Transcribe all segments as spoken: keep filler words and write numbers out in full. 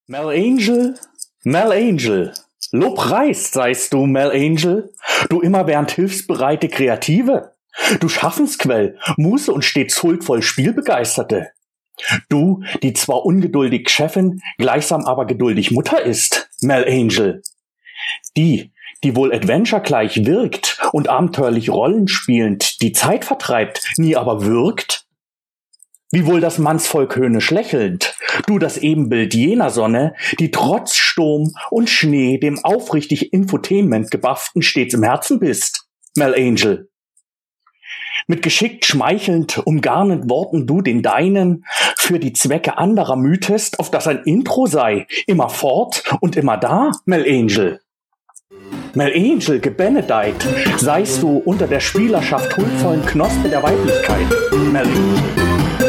Mel Angel, Mel Angel, Lobpreist seist du, Mel Angel, du immerwährend hilfsbereite Kreative, du Schaffensquell, Muße und stets huldvoll Spielbegeisterte. Du, die zwar ungeduldig Chefin, gleichsam aber geduldig Mutter ist, Mel Angel. Die, die wohl Adventure gleich wirkt und abenteuerlich Rollen spielend die Zeit vertreibt, nie aber wirkt. Wie wohl das Mannsvolk höhnisch lächelnd, du das Ebenbild jener Sonne, die trotz Sturm und Schnee dem aufrichtig Infotainment gebafften stets im Herzen bist, Mel Angel. Mit geschickt schmeichelnd, umgarnend Worten du den Deinen für die Zwecke anderer mütest, auf das ein Intro sei, immer fort und immer da, Mel Angel. Mel Angel, gebenedeit, seist du unter der Spielerschaft huldvollen Knospe der Weiblichkeit, Mel Angel.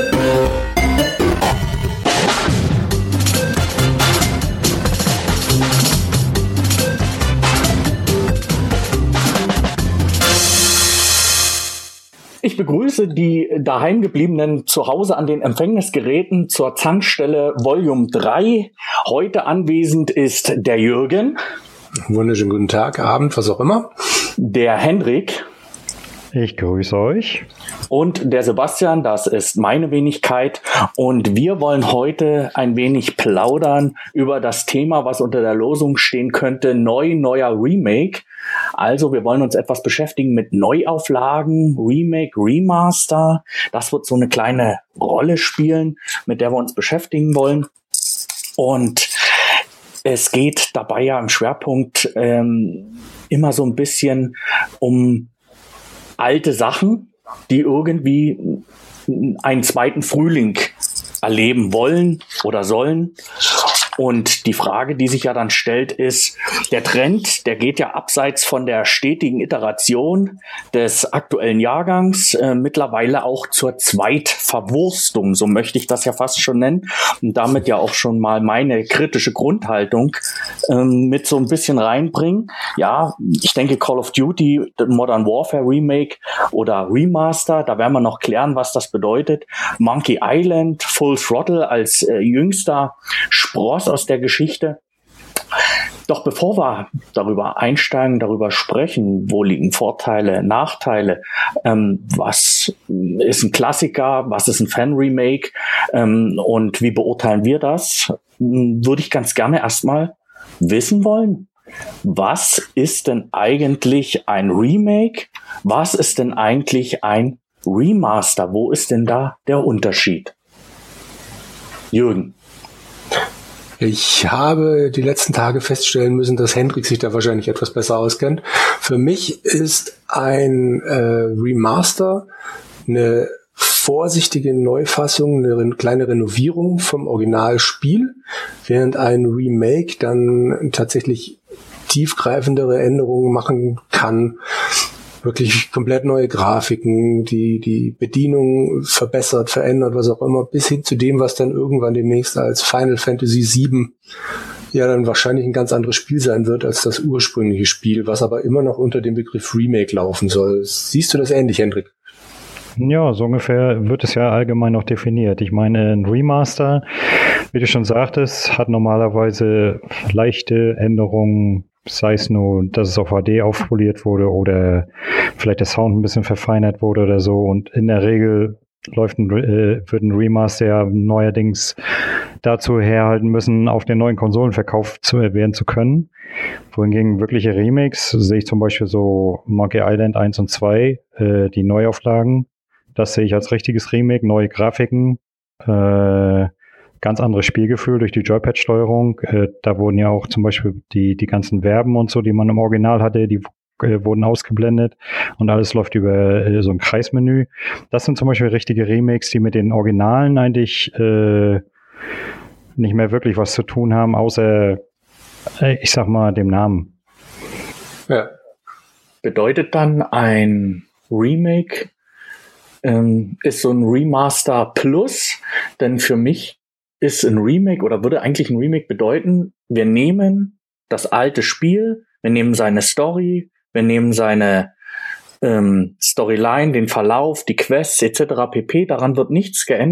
Ich begrüße die daheimgebliebenen zu Hause an den Empfängnisgeräten zur Zankstelle Volume drei. Heute anwesend ist der Jürgen. Wunderschönen guten Tag, Abend, was auch immer. Der Hendrik. Ich grüße euch. Und der Sebastian, das ist meine Wenigkeit. Und wir wollen heute ein wenig plaudern über das Thema, was unter der Losung stehen könnte, neu, neuer Remake. Also wir wollen uns etwas beschäftigen mit Neuauflagen, Remake, Remaster. Das wird so eine kleine Rolle spielen, mit der wir uns beschäftigen wollen. Und es geht dabei ja im Schwerpunkt ähm, immer so ein bisschen um alte Sachen, die irgendwie einen zweiten Frühling erleben wollen oder sollen. Und die Frage, die sich ja dann stellt, ist, der Trend, der geht ja abseits von der stetigen Iteration des aktuellen Jahrgangs äh, mittlerweile auch zur Zweitverwurstung, so möchte ich das ja fast schon nennen. Und damit ja auch schon mal meine kritische Grundhaltung ähm, mit so ein bisschen reinbringen. Ja, ich denke Call of Duty, Modern Warfare Remake oder Remaster, da werden wir noch klären, was das bedeutet. Monkey Island, Full Throttle als äh, jüngster Spross aus der Geschichte. Doch bevor wir darüber einsteigen, darüber sprechen, wo liegen Vorteile, Nachteile, ähm, was ist ein Klassiker, was ist ein Fan-Remake ähm, und wie beurteilen wir das, würde ich ganz gerne erstmal wissen wollen. Was ist denn eigentlich ein Remake? Was ist denn eigentlich ein Remaster? Wo ist denn da der Unterschied? Jürgen. Ich habe die letzten Tage feststellen müssen, dass Hendrik sich da wahrscheinlich etwas besser auskennt. Für mich ist ein äh, Remaster eine vorsichtige Neufassung, eine kleine Renovierung vom Originalspiel, während ein Remake dann tatsächlich tiefgreifendere Änderungen machen kann. Wirklich komplett neue Grafiken, die die Bedienung verbessert, verändert, was auch immer, bis hin zu dem, was dann irgendwann demnächst als Final Fantasy sieben ja dann wahrscheinlich ein ganz anderes Spiel sein wird als das ursprüngliche Spiel, was aber immer noch unter dem Begriff Remake laufen soll. Siehst du das ähnlich, Hendrik? Ja, so ungefähr wird es ja allgemein noch definiert. Ich meine, ein Remaster, wie du schon sagtest, hat normalerweise leichte Änderungen, sei es nur, dass es auf H D aufpoliert wurde oder vielleicht der Sound ein bisschen verfeinert wurde oder so. Und in der Regel läuft ein, äh, wird ein Remaster ja neuerdings dazu herhalten müssen, auf den neuen Konsolen verkauft zu, werden zu können. Wohingegen wirkliche Remakes, sehe ich zum Beispiel so Monkey Island eins und zwei, äh, die Neuauflagen. Das sehe ich als richtiges Remake, neue Grafiken, äh, ganz anderes Spielgefühl durch die Joypad-Steuerung. Äh, da wurden ja auch zum Beispiel die, die ganzen Verben und so, die man im Original hatte, die äh, wurden ausgeblendet und alles läuft über äh, so ein Kreismenü. Das sind zum Beispiel richtige Remakes, die mit den Originalen eigentlich äh, nicht mehr wirklich was zu tun haben, außer, äh, ich sag mal, dem Namen. Ja. Bedeutet dann ein Remake ähm, ist so ein Remaster Plus, denn für mich ist ein Remake oder würde eigentlich ein Remake bedeuten, wir nehmen das alte Spiel, wir nehmen seine Story, wir nehmen seine ähm, Storyline, den Verlauf, die Quests et cetera pp. Daran wird nichts geändert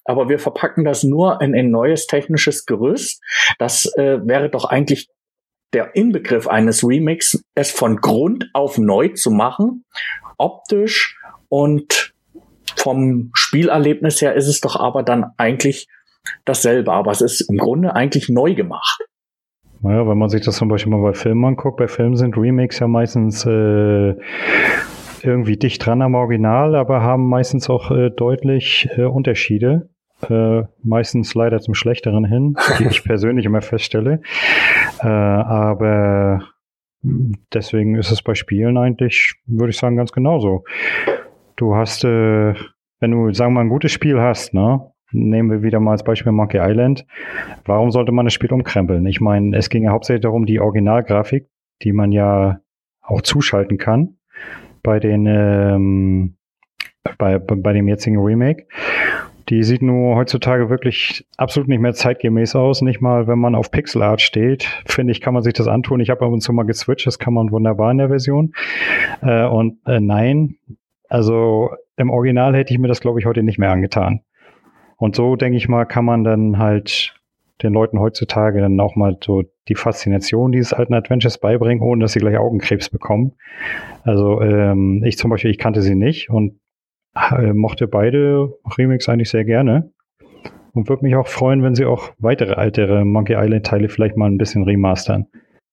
aber wir verpacken das nur in ein neues technisches Gerüst. Das äh, wäre doch eigentlich der Inbegriff eines Remakes, es von Grund auf neu zu machen, optisch und vom Spielerlebnis her ist es doch aber dann eigentlich dasselbe, aber es ist im Grunde eigentlich neu gemacht. Naja, wenn man sich das zum Beispiel mal bei Filmen anguckt, bei Filmen sind Remakes ja meistens äh, irgendwie dicht dran am Original, aber haben meistens auch äh, deutlich äh, Unterschiede. Äh, meistens leider zum Schlechteren hin, die ich persönlich immer feststelle. Äh, aber deswegen ist es bei Spielen eigentlich, würde ich sagen, ganz genauso. Du hast, äh, wenn du, sagen wir mal, ein gutes Spiel hast, ne? Nehmen wir wieder mal als Beispiel Monkey Island. Warum sollte man das Spiel umkrempeln? Ich meine, es ging ja hauptsächlich darum, die Originalgrafik, die man ja auch zuschalten kann bei den ähm, bei, bei dem jetzigen Remake. Die sieht nur heutzutage wirklich absolut nicht mehr zeitgemäß aus. Nicht mal, wenn man auf Pixel Art steht, finde ich, kann man sich das antun. Ich habe ab und zu mal geswitcht, das kann man wunderbar in der Version. Äh, und äh, nein, also im Original hätte ich mir das, glaube ich, heute nicht mehr angetan. Und so, denke ich mal, kann man dann halt den Leuten heutzutage dann auch mal so die Faszination dieses alten Adventures beibringen, ohne dass sie gleich Augenkrebs bekommen. Also ähm, ich zum Beispiel, ich kannte sie nicht und äh, mochte beide Remakes eigentlich sehr gerne und würde mich auch freuen, wenn sie auch weitere ältere Monkey Island Teile vielleicht mal ein bisschen remastern.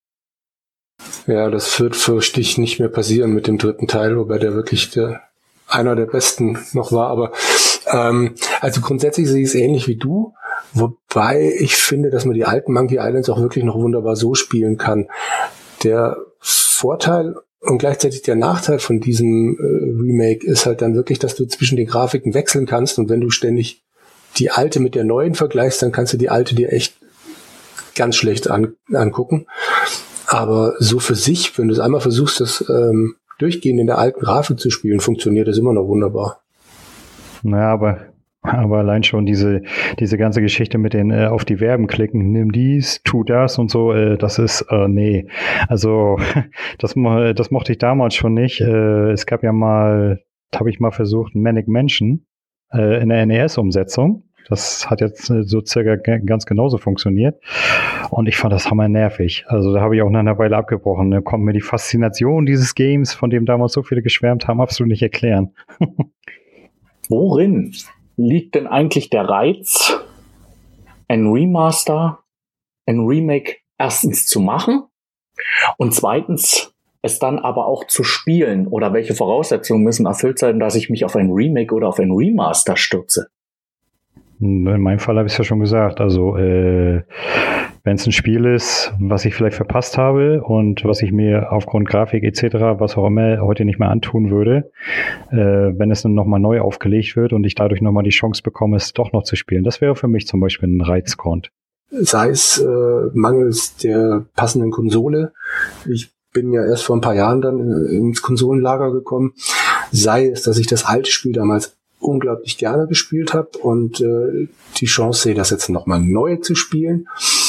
Ja, das wird, fürchte ich, nicht mehr passieren mit dem dritten Teil, wobei der wirklich der, einer der besten noch war, aber ähm, also grundsätzlich sehe ich es ähnlich wie du, wobei ich finde, dass man die alten Monkey Islands auch wirklich noch wunderbar so spielen kann. Der Vorteil und gleichzeitig der Nachteil von diesem äh, Remake ist halt dann wirklich, dass du zwischen den Grafiken wechseln kannst und wenn du ständig die alte mit der neuen vergleichst, dann kannst du die alte dir echt ganz schlecht an, angucken. Aber so für sich, wenn du es einmal versuchst, das ähm, durchgehend in der alten Grafik zu spielen, funktioniert das immer noch wunderbar. Naja, aber, aber allein schon diese, diese ganze Geschichte mit den äh, auf die Verben klicken, nimm dies, tu das und so, äh, das ist, äh, nee. Also, das, das mochte ich damals schon nicht. Äh, es gab ja mal, habe ich mal versucht, Manic Mansion äh, in der N E S-Umsetzung. Das hat jetzt so circa g- ganz genauso funktioniert. Und ich fand das hammer nervig. Also da habe ich auch nach einer Weile abgebrochen. Da konnte mir die Faszination dieses Games, von dem damals so viele geschwärmt haben, absolut nicht erklären. Worin liegt denn eigentlich der Reiz, ein Remaster, ein Remake erstens zu machen und zweitens es dann aber auch zu spielen? Oder welche Voraussetzungen müssen erfüllt sein, dass ich mich auf ein Remake oder auf ein Remaster stürze? In meinem Fall habe ich es ja schon gesagt. Also äh, wenn es ein Spiel ist, was ich vielleicht verpasst habe und was ich mir aufgrund Grafik et cetera, was auch immer, heute nicht mehr antun würde, äh, wenn es dann nochmal neu aufgelegt wird und ich dadurch nochmal die Chance bekomme, es doch noch zu spielen. Das wäre für mich zum Beispiel ein Reizgrund. Sei es äh, mangels der passenden Konsole. Ich bin ja erst vor ein paar Jahren dann ins Konsolenlager gekommen. Sei es, dass ich das alte Spiel damals unglaublich gerne gespielt habe und äh, die Chance sehe, das jetzt nochmal neu zu spielen.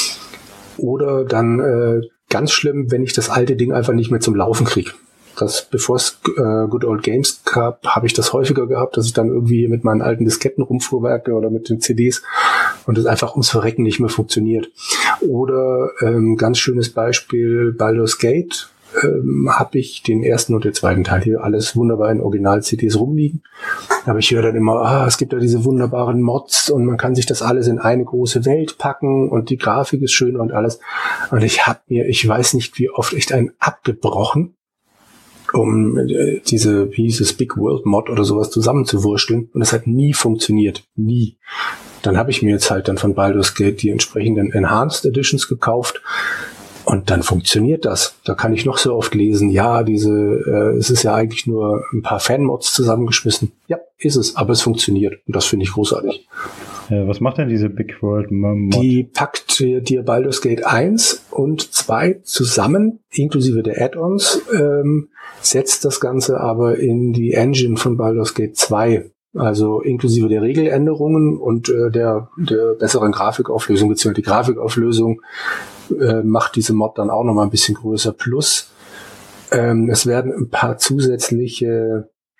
Oder dann äh, ganz schlimm, wenn ich das alte Ding einfach nicht mehr zum Laufen kriege. Das, bevor es äh, Good Old Games gab, habe ich das häufiger gehabt, dass ich dann irgendwie mit meinen alten Disketten rumfuhrwerke oder mit den C Ds und es einfach ums Verrecken nicht mehr funktioniert. Oder ähm, ganz schönes Beispiel, Baldur's Gate. Ähm, habe ich den ersten und den zweiten Teil hier alles wunderbar in Original-C Ds rumliegen. Aber ich höre dann immer, ah, es gibt ja diese wunderbaren Mods und man kann sich das alles in eine große Welt packen und die Grafik ist schön und alles. Und ich habe mir, ich weiß nicht wie oft, echt einen abgebrochen, um äh, diese, wie hieß es, Big World Mod oder sowas zusammenzuwursteln. Und das hat nie funktioniert. Nie. Dann habe ich mir jetzt halt dann von Baldur's Gate die entsprechenden Enhanced Editions gekauft. Und dann funktioniert das. Da kann ich noch so oft lesen, ja, diese, äh, es ist ja eigentlich nur ein paar Fan-Mods zusammengeschmissen. Ja, ist es, aber es funktioniert. Und das finde ich großartig. Äh, was macht denn diese Big World Mod? Die packt dir Baldur's Gate eins und zwei zusammen, inklusive der Add-ons, ähm, setzt das Ganze aber in die Engine von Baldur's Gate zwei. Also inklusive der Regeländerungen und äh, der, der besseren Grafikauflösung, beziehungsweise die Grafikauflösung äh, macht diese Mod dann auch nochmal ein bisschen größer. Plus ähm, es werden ein paar zusätzliche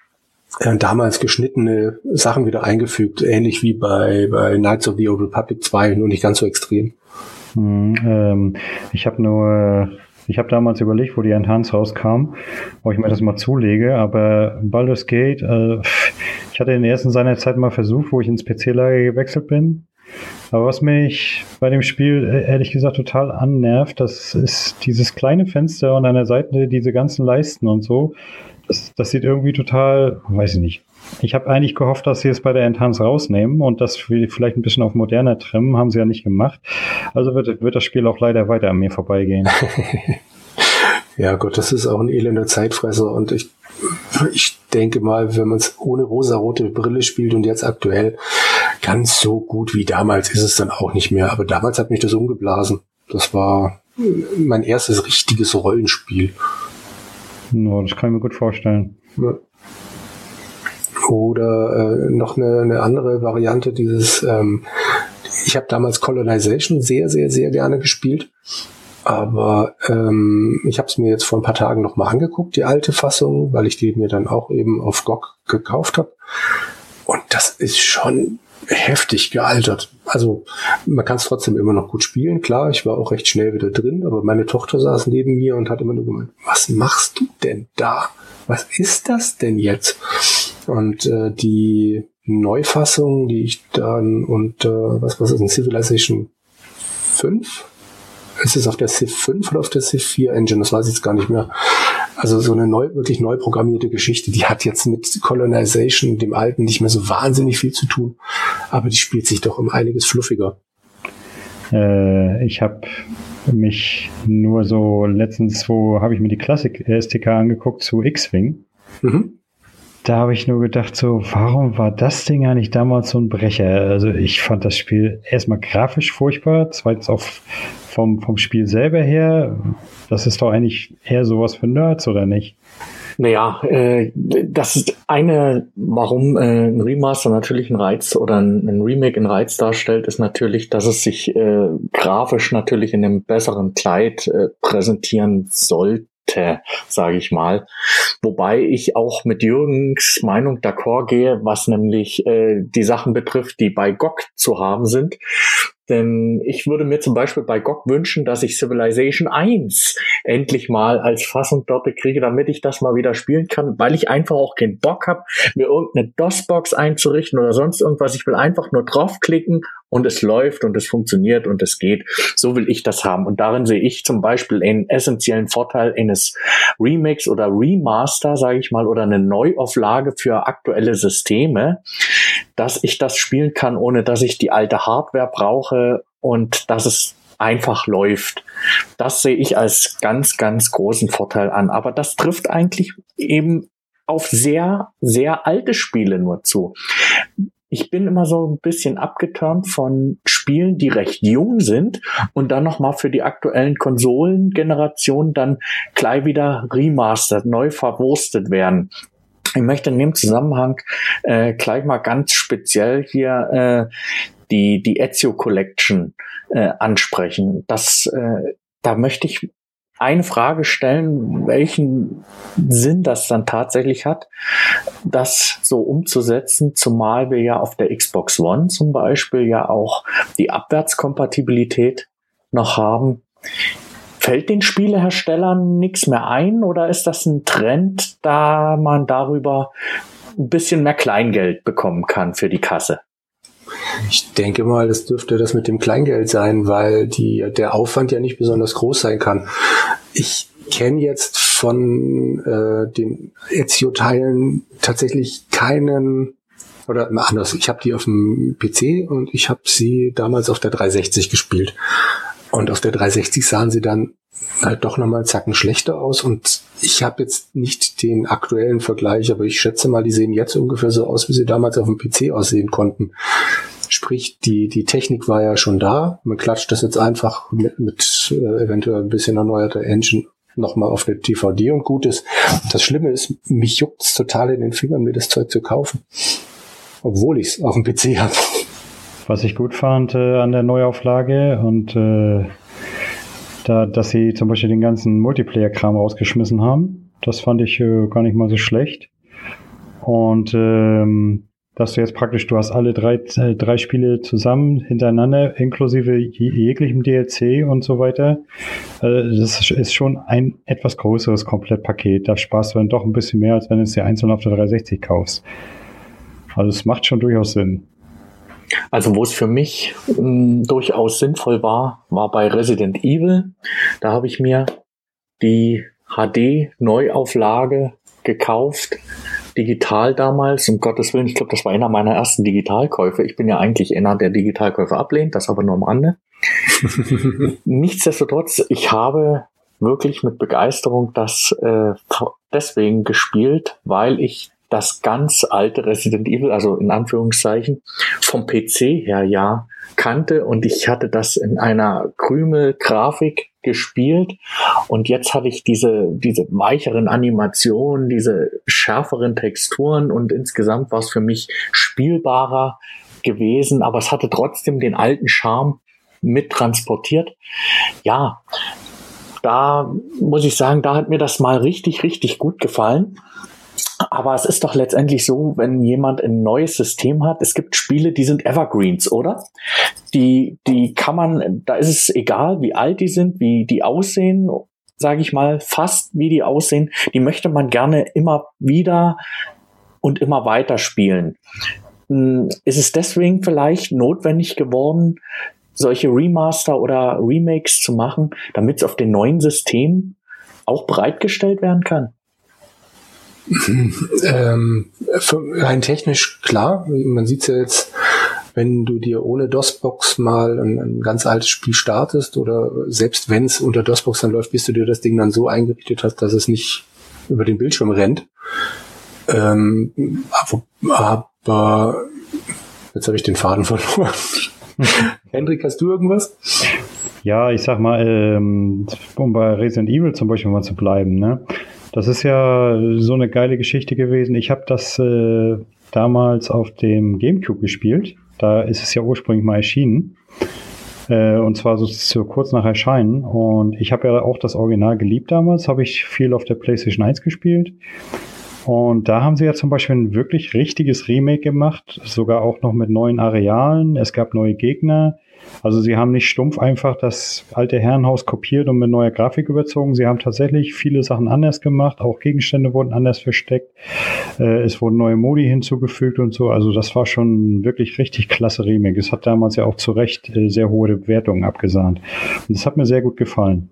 äh, damals geschnittene Sachen wieder eingefügt, ähnlich wie bei, bei Knights of the Old Republic zwei, nur nicht ganz so extrem. Hm, ähm, ich habe nur, ich habe damals überlegt, wo die Enhance rauskam, ob ich mir das mal zulege, aber Baldur's Gate, äh, ich hatte den ersten seiner Zeit mal versucht, wo ich ins P C-Lager gewechselt bin. Aber was mich bei dem Spiel ehrlich gesagt total annervt, das ist dieses kleine Fenster und an der Seite diese ganzen Leisten und so. Das, das sieht irgendwie total, weiß ich nicht. Ich habe eigentlich gehofft, dass sie es bei der Enhance rausnehmen und das vielleicht ein bisschen auf moderner trimmen, haben sie ja nicht gemacht. Also wird, wird das Spiel auch leider weiter an mir vorbeigehen. Ja Gott, das ist auch ein elender Zeitfresser und ich, ich denke mal, wenn man es ohne rosarote Brille spielt und jetzt aktuell, ganz so gut wie damals ist es dann auch nicht mehr. Aber damals hat mich das umgeblasen. Das war mein erstes richtiges Rollenspiel. No, das kann ich mir gut vorstellen. Ja. Oder äh, noch eine, eine andere Variante, dieses, ähm, ich habe damals Colonization sehr, sehr, sehr gerne gespielt. Aber ähm, ich habe es mir jetzt vor ein paar Tagen nochmal angeguckt, die alte Fassung, weil ich die mir dann auch eben auf G O G gekauft habe. Und das ist schon heftig gealtert. Also man kann es trotzdem immer noch gut spielen. Klar, ich war auch recht schnell wieder drin, aber meine Tochter saß neben mir und hat immer nur gemeint, was machst du denn da? Was ist das denn jetzt? Und äh, die Neufassung, die ich dann und äh, was was ist ein Civilization fünf? Ist es auf der Civ fünf oder auf der Civ vier Engine? Das weiß ich jetzt gar nicht mehr. Also so eine neu, wirklich neu programmierte Geschichte, die hat jetzt mit Colonization, dem Alten, nicht mehr so wahnsinnig viel zu tun. Aber die spielt sich doch um einiges fluffiger. Äh, ich habe mich nur so letztens, wo habe ich mir die Klassik-S T K angeguckt zu X-Wing. Mhm. Da habe ich nur gedacht, so, warum war das Ding eigentlich damals so ein Brecher? Also ich fand das Spiel erstmal grafisch furchtbar, zweitens auch vom, vom Spiel selber her. Das ist doch eigentlich eher sowas für Nerds, oder nicht? Naja, äh, das ist eine, warum äh, ein Remaster natürlich einen Reiz oder ein, ein Remake einen Reiz darstellt, ist natürlich, dass es sich äh, grafisch natürlich in einem besseren Kleid äh, präsentieren sollte, sage ich mal. Wobei ich auch mit Jürgens Meinung d'accord gehe, was nämlich äh, die Sachen betrifft, die bei G O G zu haben sind. Denn ich würde mir zum Beispiel bei G O G wünschen, dass ich Civilization eins endlich mal als Fassung dort kriege, damit ich das mal wieder spielen kann, weil ich einfach auch keinen Bock habe, mir irgendeine DOS-Box einzurichten oder sonst irgendwas. Ich will einfach nur draufklicken und es läuft und es funktioniert und es geht. So will ich das haben. Und darin sehe ich zum Beispiel einen essentiellen Vorteil eines Remakes oder Remaster, sage ich mal, oder eine Neuauflage für aktuelle Systeme, dass ich das spielen kann, ohne dass ich die alte Hardware brauche und dass es einfach läuft. Das sehe ich als ganz, ganz großen Vorteil an. Aber das trifft eigentlich eben auf sehr, sehr alte Spiele nur zu. Ich bin immer so ein bisschen abgeturnt von Spielen, die recht jung sind und dann nochmal für die aktuellen Konsolengenerationen dann gleich wieder remastert, neu verwurstet werden. Ich möchte in dem Zusammenhang äh, gleich mal ganz speziell hier äh, die die Ezio Collection äh, ansprechen. Das äh, da möchte ich eine Frage stellen, welchen Sinn das dann tatsächlich hat, das so umzusetzen, zumal wir ja auf der Xbox One zum Beispiel ja auch die Abwärtskompatibilität noch haben. Fällt den Spieleherstellern nichts mehr ein oder ist das ein Trend, da man darüber ein bisschen mehr Kleingeld bekommen kann für die Kasse? Ich denke mal, das dürfte das mit dem Kleingeld sein, weil die, der Aufwand ja nicht besonders groß sein kann. Ich kenne jetzt von äh, den Ezio-Teilen tatsächlich keinen, oder anders, ich habe die auf dem P C und ich habe sie damals auf der dreihundertsechzig gespielt. Und auf der dreihundertsechzig sahen sie dann halt doch nochmal einen Zacken schlechter aus. Und ich habe jetzt nicht den aktuellen Vergleich, aber ich schätze mal, die sehen jetzt ungefähr so aus, wie sie damals auf dem P C aussehen konnten. Sprich, die die Technik war ja schon da. Man klatscht das jetzt einfach mit, mit äh, eventuell ein bisschen erneuerter Engine nochmal auf eine D V D und gut ist. Das Schlimme ist, mich juckt's total in den Fingern, mir das Zeug zu kaufen. Obwohl ich es auf dem P C habe. Was ich gut fand äh, an der Neuauflage und äh, da, dass sie zum Beispiel den ganzen Multiplayer-Kram rausgeschmissen haben, das fand ich äh, gar nicht mal so schlecht. Und ähm, dass du jetzt praktisch, du hast alle drei, äh, drei Spiele zusammen hintereinander, inklusive je, jeglichem D L C und so weiter. Äh, das ist schon ein etwas größeres Komplettpaket. Da sparst du dann doch ein bisschen mehr, als wenn du es dir einzeln auf der dreihundertsechzig kaufst. Also es macht schon durchaus Sinn. Also wo es für mich mh, durchaus sinnvoll war, war bei Resident Evil. Da habe ich mir die H D-Neuauflage gekauft, digital damals, um Gottes Willen, ich glaube, das war einer meiner ersten Digitalkäufe. Ich bin ja eigentlich einer, der Digitalkäufe ablehnt, das aber nur am Rande. Nichtsdestotrotz, ich habe wirklich mit Begeisterung das äh, deswegen gespielt, weil ich das ganz alte Resident Evil, also in Anführungszeichen, vom P C her ja kannte und ich hatte das in einer Krümel-Grafik gespielt und jetzt hatte ich diese diese weicheren Animationen, diese schärferen Texturen und insgesamt war es für mich spielbarer gewesen, aber es hatte trotzdem den alten Charme mit transportiert. Ja, da muss ich sagen, da hat mir das mal richtig, richtig gut gefallen. Aber es ist doch letztendlich so, wenn jemand ein neues System hat, es gibt Spiele, die sind Evergreens, oder? Die, die kann man, da ist es egal, wie alt die sind, wie die aussehen, sage ich mal, fast wie die aussehen, die möchte man gerne immer wieder und immer weiter spielen. Ist es deswegen vielleicht notwendig geworden, solche Remaster oder Remakes zu machen, damit es auf den neuen Systemen auch bereitgestellt werden kann? Ähm, rein technisch klar, man sieht es ja jetzt, wenn du dir ohne DOS-Box mal ein, ein ganz altes Spiel startest oder selbst wenn es unter DOS-Box dann läuft, bis du dir das Ding dann so eingerichtet hast, dass es nicht über den Bildschirm rennt. Ähm, aber jetzt habe ich den Faden verloren. Hendrik, hast du irgendwas? Ja, ich sag mal, ähm, um bei Resident Evil zum Beispiel mal zu bleiben, ne? Das ist ja so eine geile Geschichte gewesen. Ich habe das äh, damals auf dem GameCube gespielt. Da ist es ja ursprünglich mal erschienen. Äh, und zwar so, so kurz nach Erscheinen. Und ich habe ja auch das Original geliebt damals. Habe ich viel auf der PlayStation eins gespielt. Und da haben sie ja zum Beispiel ein wirklich richtiges Remake gemacht. Sogar auch noch mit neuen Arealen. Es gab neue Gegner. Also sie haben nicht stumpf einfach das alte Herrenhaus kopiert und mit neuer Grafik überzogen. Sie haben tatsächlich viele Sachen anders gemacht. Auch Gegenstände wurden anders versteckt. Äh, es wurden neue Modi hinzugefügt und so. Also das war schon wirklich richtig klasse Remake. Es hat damals ja auch zu Recht äh, sehr hohe Bewertungen abgesahnt. Und das hat mir sehr gut gefallen.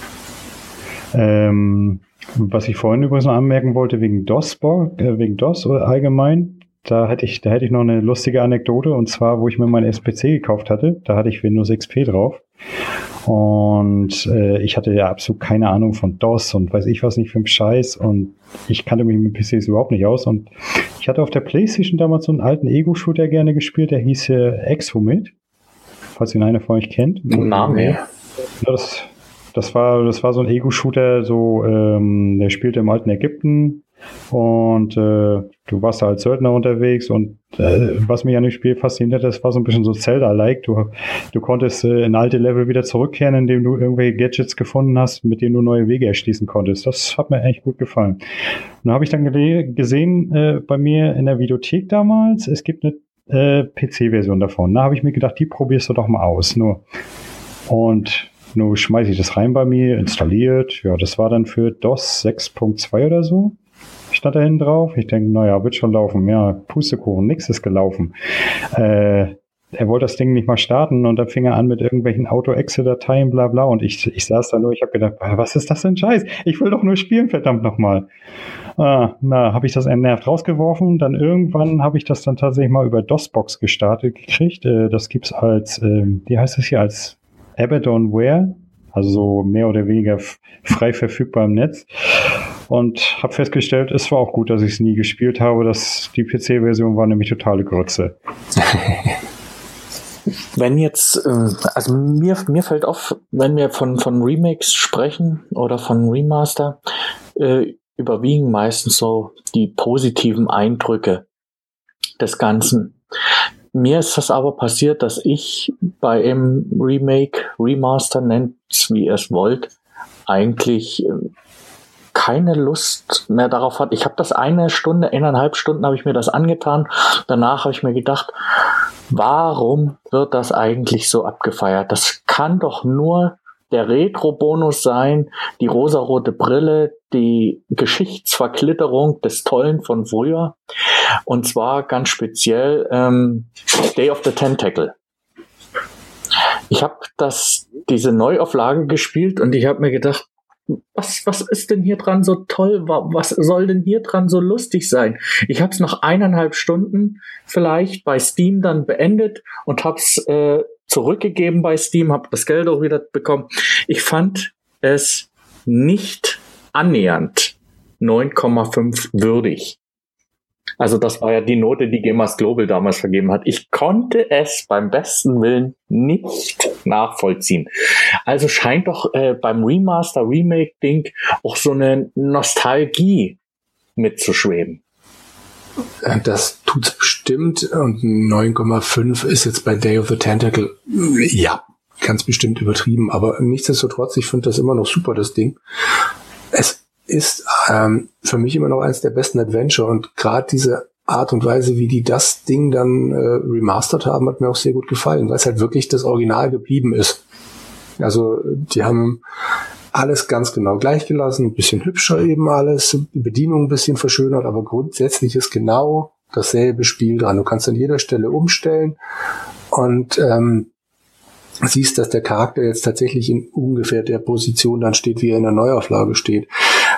Ähm, was ich vorhin übrigens noch anmerken wollte, wegen DOS, äh, wegen DOS allgemein, Da hätte ich, da hätte ich noch eine lustige Anekdote, und zwar, wo ich mir meinen S P C gekauft hatte, da hatte ich Windows X P drauf und äh, ich hatte ja absolut keine Ahnung von DOS und weiß ich was nicht für ein Scheiß und ich kannte mich mit P Cs überhaupt nicht aus und ich hatte auf der PlayStation damals so einen alten Ego-Shooter gerne gespielt, der hieß äh, Exhumit, falls ihn einer von euch kennt. Name. Das, das war, das war so ein Ego-Shooter, so, ähm, der spielte im alten Ägypten. Und äh, du warst da als Söldner unterwegs und äh, was mich an dem Spiel fasziniert hat, das war so ein bisschen so Zelda-like. Du, du konntest äh, in alte Level wieder zurückkehren, indem du irgendwelche Gadgets gefunden hast, mit denen du neue Wege erschließen konntest. Das hat mir echt gut gefallen. Und da habe ich dann gele- gesehen äh, bei mir in der Videothek damals, es gibt eine äh, P C-Version davon. Da habe ich mir gedacht, die probierst du doch mal aus. Nur und nur schmeiße ich das rein bei mir, installiert. Ja, das war dann für DOS sechs Punkt zwei oder so. Stand da hinten drauf. Ich denke, naja, wird schon laufen. Ja, Pustekuchen, nix ist gelaufen. Äh, er wollte das Ding nicht mal starten und dann fing er an mit irgendwelchen Auto-Exe-Dateien, bla bla. Und ich, ich saß da nur, ich habe gedacht, was ist das denn Scheiß? Ich will doch nur spielen, verdammt nochmal. Ah, na, habe ich das entnervt rausgeworfen. Dann irgendwann habe ich das dann tatsächlich mal über DOSBox gestartet gekriegt. Äh, das gibt's als, äh, wie heißt es hier, als Abandonware. Also so mehr oder weniger f- frei verfügbar im Netz. Und habe festgestellt, es war auch gut, dass ich es nie gespielt habe. Dass die P C-Version war nämlich totale Grütze. Wenn jetzt, äh, also mir, mir fällt auf, wenn wir von, von Remakes sprechen oder von Remaster, äh, überwiegen meistens so die positiven Eindrücke des Ganzen. Mir ist das aber passiert, dass ich bei einem Remake, Remaster, nennt es wie ihr es wollt, eigentlich äh, keine Lust mehr darauf hatte. Ich habe das eine Stunde, eineinhalb Stunden habe ich mir das angetan. Danach habe ich mir gedacht, warum wird das eigentlich so abgefeiert? Das kann doch nur der Retro-Bonus sein, die rosarote Brille, die Geschichtsverklitterung des Tollen von früher. Und zwar ganz speziell ähm, Day of the Tentacle. Ich habe das diese Neuauflage gespielt und ich habe mir gedacht, was was ist denn hier dran so toll? Was soll denn hier dran so lustig sein? Ich habe es nach eineinhalb Stunden vielleicht bei Steam dann beendet und habe es äh, zurückgegeben bei Steam, habe das Geld auch wieder bekommen. Ich fand es nicht annähernd neun Komma fünf würdig. Also das war ja die Note, die Gamers Global damals vergeben hat. Ich konnte es beim besten Willen nicht nachvollziehen. Also scheint doch äh, beim Remaster, Remake-Ding auch so eine Nostalgie mitzuschweben. Das tut's bestimmt und neun Komma fünf ist jetzt bei Day of the Tentacle, ja, ganz bestimmt übertrieben, aber nichtsdestotrotz, ich finde das immer noch super, das Ding. Es ist ähm, für mich immer noch eines der besten Adventure und gerade diese Art und Weise, wie die das Ding dann äh, remastert haben, hat mir auch sehr gut gefallen, weil es halt wirklich das Original geblieben ist. Also die haben alles ganz genau gleich gelassen, ein bisschen hübscher eben alles, die Bedienung ein bisschen verschönert, aber grundsätzlich ist genau dasselbe Spiel dran. Du kannst an jeder Stelle umstellen und ähm, siehst, dass der Charakter jetzt tatsächlich in ungefähr der Position dann steht, wie er in der Neuauflage steht.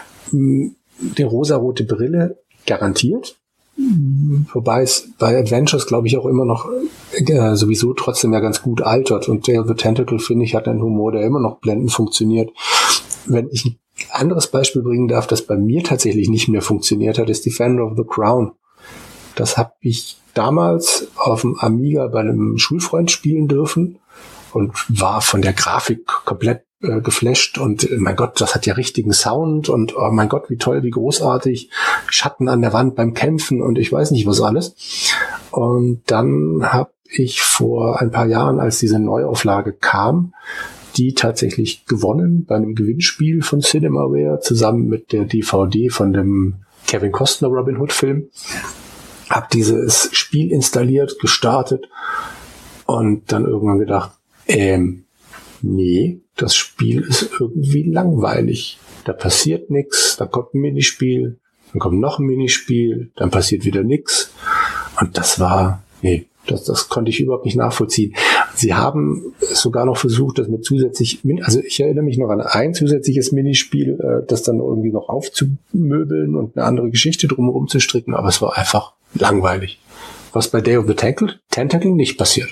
Die rosarote Brille garantiert, wobei es bei Adventures, glaube ich, auch immer noch äh, sowieso trotzdem ja ganz gut altert und Day of the Tentacle, finde ich, hat einen Humor, der immer noch blendend funktioniert. Wenn ich ein anderes Beispiel bringen darf, das bei mir tatsächlich nicht mehr funktioniert hat, ist Defender of the Crown. Das habe ich damals auf dem Amiga bei einem Schulfreund spielen dürfen und war von der Grafik komplett äh, geflasht und äh, mein Gott, das hat ja richtigen Sound und oh mein Gott, wie toll, wie großartig, Schatten an der Wand beim Kämpfen und ich weiß nicht was alles. Und dann habe ich vor ein paar Jahren, als diese Neuauflage kam, die tatsächlich gewonnen bei einem Gewinnspiel von Cinemaware zusammen mit der D V D von dem Kevin Costner Robin Hood Film. Hab dieses Spiel installiert, gestartet und dann irgendwann gedacht, ähm, nee, das Spiel ist irgendwie langweilig. Da passiert nichts, da kommt ein Minispiel, dann kommt noch ein Minispiel, dann passiert wieder nichts. Und das war, nee, das, das konnte ich überhaupt nicht nachvollziehen. Sie haben sogar noch versucht, das mit zusätzlich, also ich erinnere mich noch an ein zusätzliches Minispiel, äh, das dann irgendwie noch aufzumöbeln und eine andere Geschichte drumherum zu stricken, aber es war einfach langweilig. Was bei Day of the Tentacle, Tentacle nicht passiert.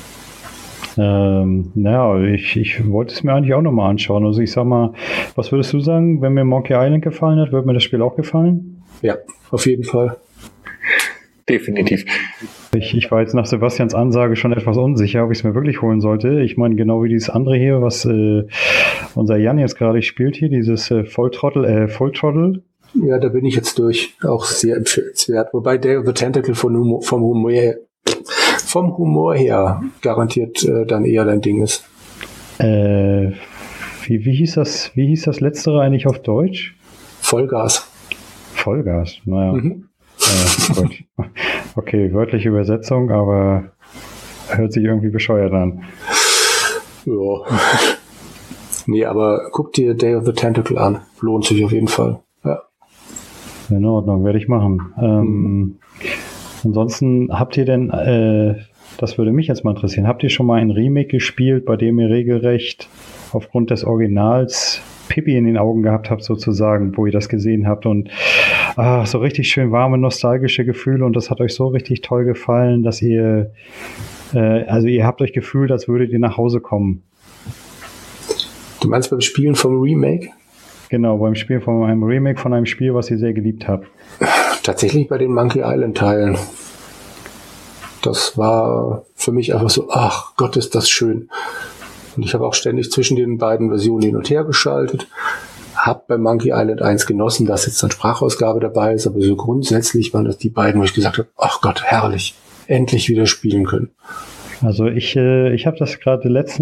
Ähm, naja, ich, ich wollte es mir eigentlich auch nochmal anschauen. Also ich sag mal, was würdest du sagen, wenn mir Monkey Island gefallen hat, wird mir das Spiel auch gefallen? Ja, auf jeden Fall. Definitiv. Ich, ich war jetzt nach Sebastians Ansage schon etwas unsicher, ob ich es mir wirklich holen sollte. Ich meine, genau wie dieses andere hier, was äh, unser Jan jetzt gerade spielt hier, dieses äh, Volltrottel, äh, Volltrottel. Ja, da bin ich jetzt durch. Auch sehr empfehlenswert. Wobei Day of the Tentacle von Humor, vom, Humor her, vom Humor her garantiert äh, dann eher dein Ding ist. Äh, wie, wie hieß das, wie hieß das letztere eigentlich auf Deutsch? Vollgas. Vollgas, naja. Mhm. Äh, gut. Okay, wörtliche Übersetzung, aber hört sich irgendwie bescheuert an. Ja. Nee, aber guck dir Day of the Tentacle an. Lohnt sich auf jeden Fall. Ja. In Ordnung, werde ich machen. Ähm, mhm. Ansonsten habt ihr denn, äh, das würde mich jetzt mal interessieren, habt ihr schon mal ein Remake gespielt, bei dem ihr regelrecht aufgrund des Originals Pipi in den Augen gehabt habt sozusagen, wo ihr das gesehen habt und ah, so richtig schön warme, nostalgische Gefühle und das hat euch so richtig toll gefallen, dass ihr, äh, also ihr habt euch gefühlt, als würdet ihr nach Hause kommen. Du meinst beim Spielen vom Remake? Genau, beim Spiel von einem Remake von einem Spiel, was ihr sehr geliebt habt. Tatsächlich bei den Monkey Island Teilen. Das war für mich einfach so, ach Gott, ist das schön. Und ich habe auch ständig zwischen den beiden Versionen hin und her geschaltet. Hab bei Monkey Island eins genossen, dass jetzt eine Sprachausgabe dabei ist, aber so grundsätzlich waren das die beiden, wo ich gesagt habe, ach Gott, herrlich, endlich wieder spielen können. Also ich, äh, ich habe das gerade letztens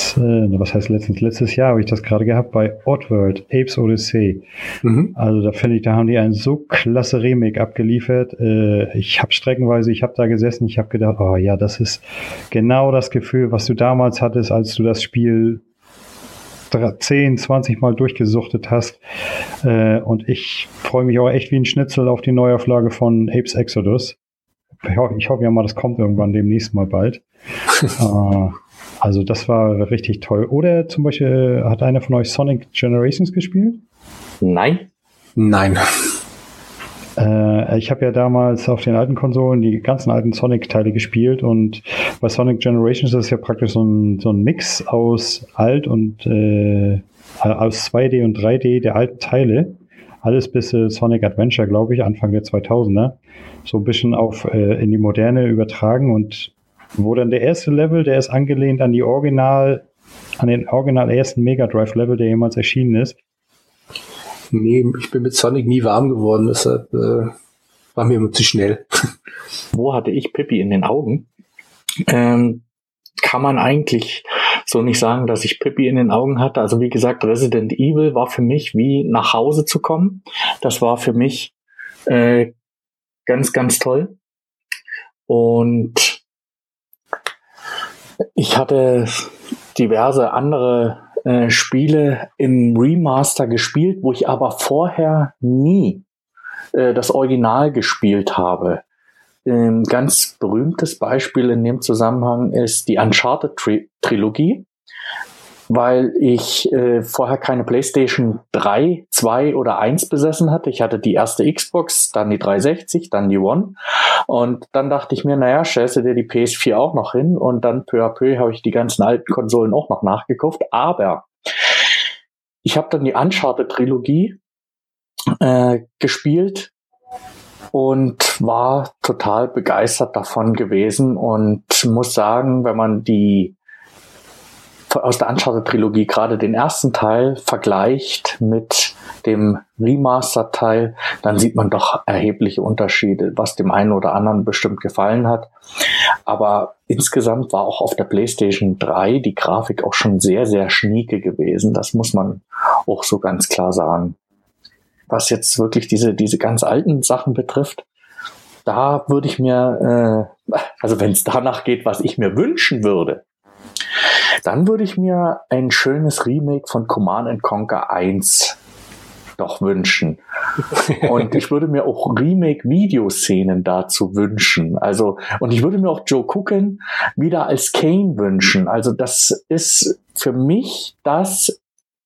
letztens, äh, was heißt letztens, letztes Jahr habe ich das gerade gehabt bei Oddworld, Apes Odyssey. Mhm. Also da finde ich, da haben die ein so klasse Remake abgeliefert. Äh, ich habe streckenweise, ich habe da gesessen, ich habe gedacht, oh ja, das ist genau das Gefühl, was du damals hattest, als du das Spiel zehn, zwanzig Mal durchgesuchtet hast. Äh, und ich freue mich auch echt wie ein Schnitzel auf die Neuauflage von Apes Exodus. Ich hoffe, ich hoffe ja mal, das kommt irgendwann demnächst mal bald. äh, also das war richtig toll. Oder zum Beispiel, hat einer von euch Sonic Generations gespielt? Nein. Nein. Äh, ich habe ja damals auf den alten Konsolen die ganzen alten Sonic-Teile gespielt und bei Sonic Generations ist es ja praktisch so ein, so ein Mix aus alt und äh, aus zwei D und drei D der alten Teile. Alles bis äh, Sonic Adventure, glaube ich, Anfang der zweitausender. So ein bisschen auf äh, in die Moderne übertragen und wo dann der erste Level, der ist angelehnt an die Original, an den original ersten Mega Drive Level, der jemals erschienen ist. Nee, ich bin mit Sonic nie warm geworden, deshalb äh, war mir immer zu schnell. Wo hatte ich Pippi in den Augen? Ähm, kann man eigentlich so nicht sagen, dass ich Pippi in den Augen hatte. Also wie gesagt, Resident Evil war für mich wie nach Hause zu kommen. Das war für mich äh, ganz, ganz toll. Und ich hatte diverse andere äh, Spiele im Remaster gespielt, wo ich aber vorher nie äh, das Original gespielt habe. Ein ganz berühmtes Beispiel in dem Zusammenhang ist die Uncharted-Trilogie, weil ich äh, vorher keine PlayStation drei, zwei oder eins besessen hatte. Ich hatte die erste Xbox, dann die dreihundertsechzig, dann die One. Und dann dachte ich mir, naja, stellst du dir die P S vier auch noch hin? Und dann peu à peu habe ich die ganzen alten Konsolen auch noch nachgekauft. Aber ich habe dann die Uncharted-Trilogie äh, gespielt und war total begeistert davon gewesen und muss sagen, wenn man die aus der Uncharted-Trilogie gerade den ersten Teil vergleicht mit dem Remaster-Teil, dann sieht man doch erhebliche Unterschiede, was dem einen oder anderen bestimmt gefallen hat. Aber insgesamt war auch auf der PlayStation drei die Grafik auch schon sehr, sehr schnieke gewesen. Das muss man auch so ganz klar sagen. Was jetzt wirklich diese diese ganz alten Sachen betrifft, da würde ich mir, äh, also wenn es danach geht, was ich mir wünschen würde, dann würde ich mir ein schönes Remake von Command and Conquer eins doch wünschen. Und ich würde mir auch Remake-Videoszenen dazu wünschen. Also, und ich würde mir auch Joe Cooken wieder als Kane wünschen. Also das ist für mich das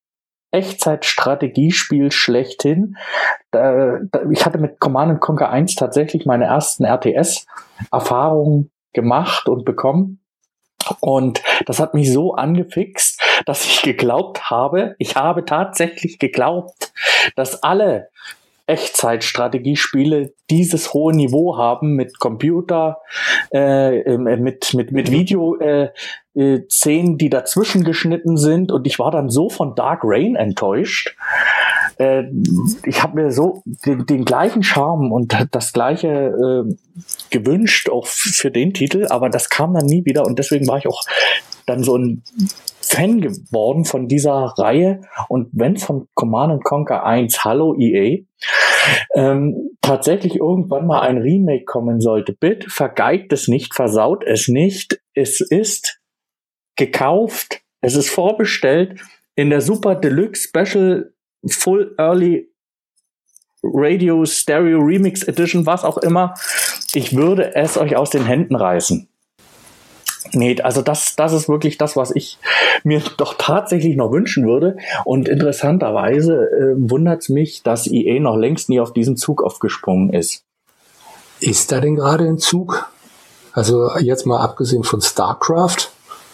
Echtzeitstrategiespiel schlechthin. Da, da, ich hatte mit Command and Conquer eins tatsächlich meine ersten R T S-Erfahrungen gemacht und bekommen. Und das hat mich so angefixt, dass ich geglaubt habe, ich habe tatsächlich geglaubt, dass alle Echtzeitstrategiespiele dieses hohe Niveau haben mit Computer, äh, mit mit mit Video äh, äh, Szenen, die dazwischen geschnitten sind, und ich war dann so von Dark Reign enttäuscht. Äh, ich habe mir so den, den gleichen Charme und das gleiche äh, gewünscht auch für den Titel, aber das kam dann nie wieder, und deswegen war ich auch dann so ein Fan geworden von dieser Reihe. Und wenn von Command and Conquer eins, hallo E A, ähm, tatsächlich irgendwann mal ein Remake kommen sollte, bitte vergeigt es nicht, versaut es nicht. Es ist gekauft, es ist vorbestellt in der Super Deluxe Special Full Early Radio Stereo Remix Edition, was auch immer. Ich würde es euch aus den Händen reißen. Nee, also das, das ist wirklich das, was ich mir doch tatsächlich noch wünschen würde. Und interessanterweise äh, wundert es mich, dass E A noch längst nie auf diesen Zug aufgesprungen ist. Ist da denn gerade ein Zug? Also jetzt mal abgesehen von StarCraft.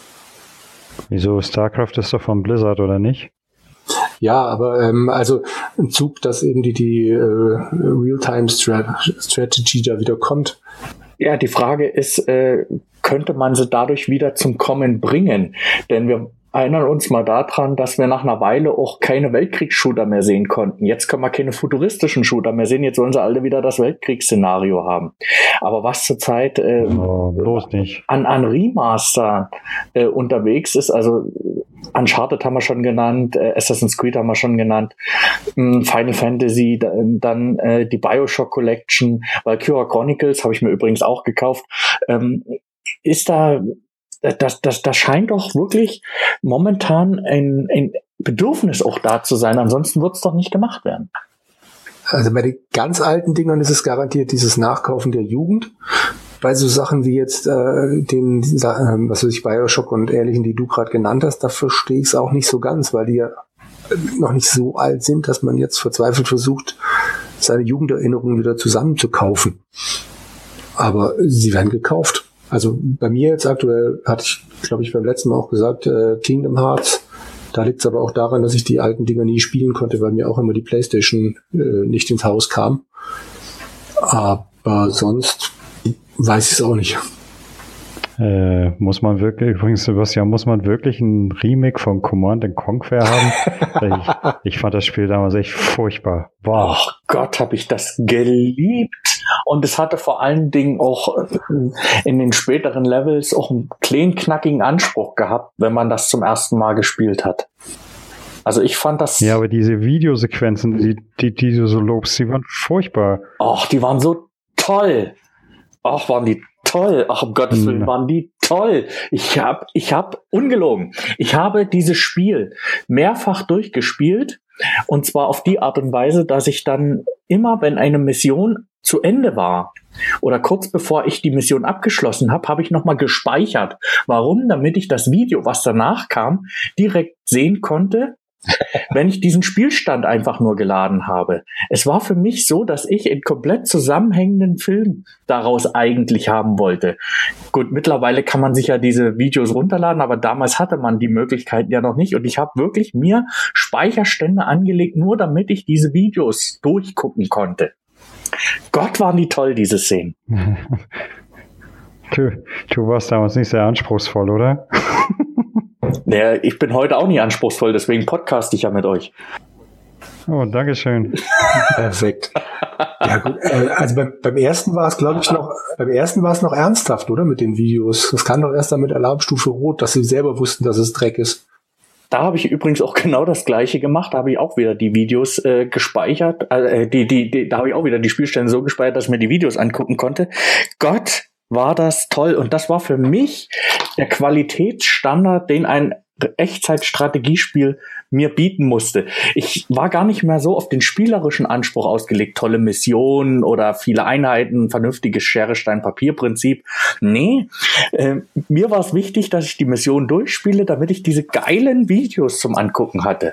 Wieso? StarCraft ist doch von Blizzard, oder nicht? Ja, aber ähm, also ein Zug, dass eben die, die äh, Real-Time-Strategy da wieder kommt. Ja, die Frage ist, äh, könnte man sie dadurch wieder zum Kommen bringen? Denn wir erinnern uns mal daran, dass wir nach einer Weile auch keine Weltkriegsshooter mehr sehen konnten. Jetzt können wir keine futuristischen Shooter mehr sehen. Jetzt wollen sie alle wieder das Weltkriegsszenario haben. Aber was zurzeit äh, oh, bloß nicht. an, an Remaster äh, unterwegs ist, also Uncharted haben wir schon genannt, äh, Assassin's Creed haben wir schon genannt, mh, Final Fantasy, da, dann äh, die Bioshock Collection, Valkyria Chronicles habe ich mir übrigens auch gekauft. Ähm, ist da Das, das, das scheint doch wirklich momentan ein, ein Bedürfnis auch da zu sein. Ansonsten wird es doch nicht gemacht werden. Also bei den ganz alten Dingern ist es garantiert dieses Nachkaufen der Jugend. Bei so Sachen wie jetzt äh, den, äh, was weiß ich, Bioshock und Ähnlichen, die du gerade genannt hast, da verstehe ich es auch nicht so ganz, weil die ja noch nicht so alt sind, dass man jetzt verzweifelt versucht, seine Jugenderinnerungen wieder zusammenzukaufen. Aber sie werden gekauft. Also bei mir jetzt aktuell, hatte ich, glaube ich, beim letzten Mal auch gesagt, äh, Kingdom Hearts. Da liegt es aber auch daran, dass ich die alten Dinger nie spielen konnte, weil mir auch immer die PlayStation äh, nicht ins Haus kam. Aber sonst weiß ich es auch nicht. Äh, muss man wirklich, übrigens, Sebastian, muss man wirklich ein Remake von Command and Conquer haben? ich, ich fand das Spiel damals echt furchtbar. Wow. Oh Gott, habe ich das geliebt. Und es hatte vor allen Dingen auch in den späteren Levels auch einen kleinen, knackigen Anspruch gehabt, wenn man das zum ersten Mal gespielt hat. Also ich fand das... Ja, aber diese Videosequenzen, die, die, die du so lobst, die waren furchtbar. Ach, die waren so toll. Ach, waren die toll. Ach, um Gottes Willen, waren die toll. Ich hab, ich hab, ungelogen, ich habe dieses Spiel mehrfach durchgespielt. Und zwar auf die Art und Weise, dass ich dann immer, wenn eine Mission zu Ende war oder kurz bevor ich die Mission abgeschlossen habe, habe ich nochmal gespeichert. Warum? Damit ich das Video, was danach kam, direkt sehen konnte, wenn ich diesen Spielstand einfach nur geladen habe. Es war für mich so, dass ich einen komplett zusammenhängenden Film daraus eigentlich haben wollte. Gut, mittlerweile kann man sich ja diese Videos runterladen, aber damals hatte man die Möglichkeiten ja noch nicht und ich habe wirklich mir Speicherstände angelegt, nur damit ich diese Videos durchgucken konnte. Gott, waren die toll, diese Szenen. Du, du warst damals nicht sehr anspruchsvoll, oder? Naja, ich bin heute auch nicht anspruchsvoll, deswegen podcaste ich ja mit euch. Oh, dankeschön. Perfekt. Ja gut, also beim, beim ersten war es, glaube ich, noch, beim ersten war es noch ernsthaft, oder? Mit den Videos. Das kam doch erst dann mit Alarmstufe Rot, dass sie selber wussten, dass es Dreck ist. Da habe ich übrigens auch genau das Gleiche gemacht. Da habe ich auch wieder die Videos äh, gespeichert. Äh, die, die, die, da habe ich auch wieder die Spielstände so gespeichert, dass ich mir die Videos angucken konnte. Gott, war das toll. Und das war für mich der Qualitätsstandard, den ein Echtzeitstrategiespiel mir bieten musste. Ich war gar nicht mehr so auf den spielerischen Anspruch ausgelegt, tolle Missionen oder viele Einheiten, vernünftiges Schere-Stein-Papier-Prinzip. Nee, äh, mir war es wichtig, dass ich die Mission durchspiele, damit ich diese geilen Videos zum Angucken hatte.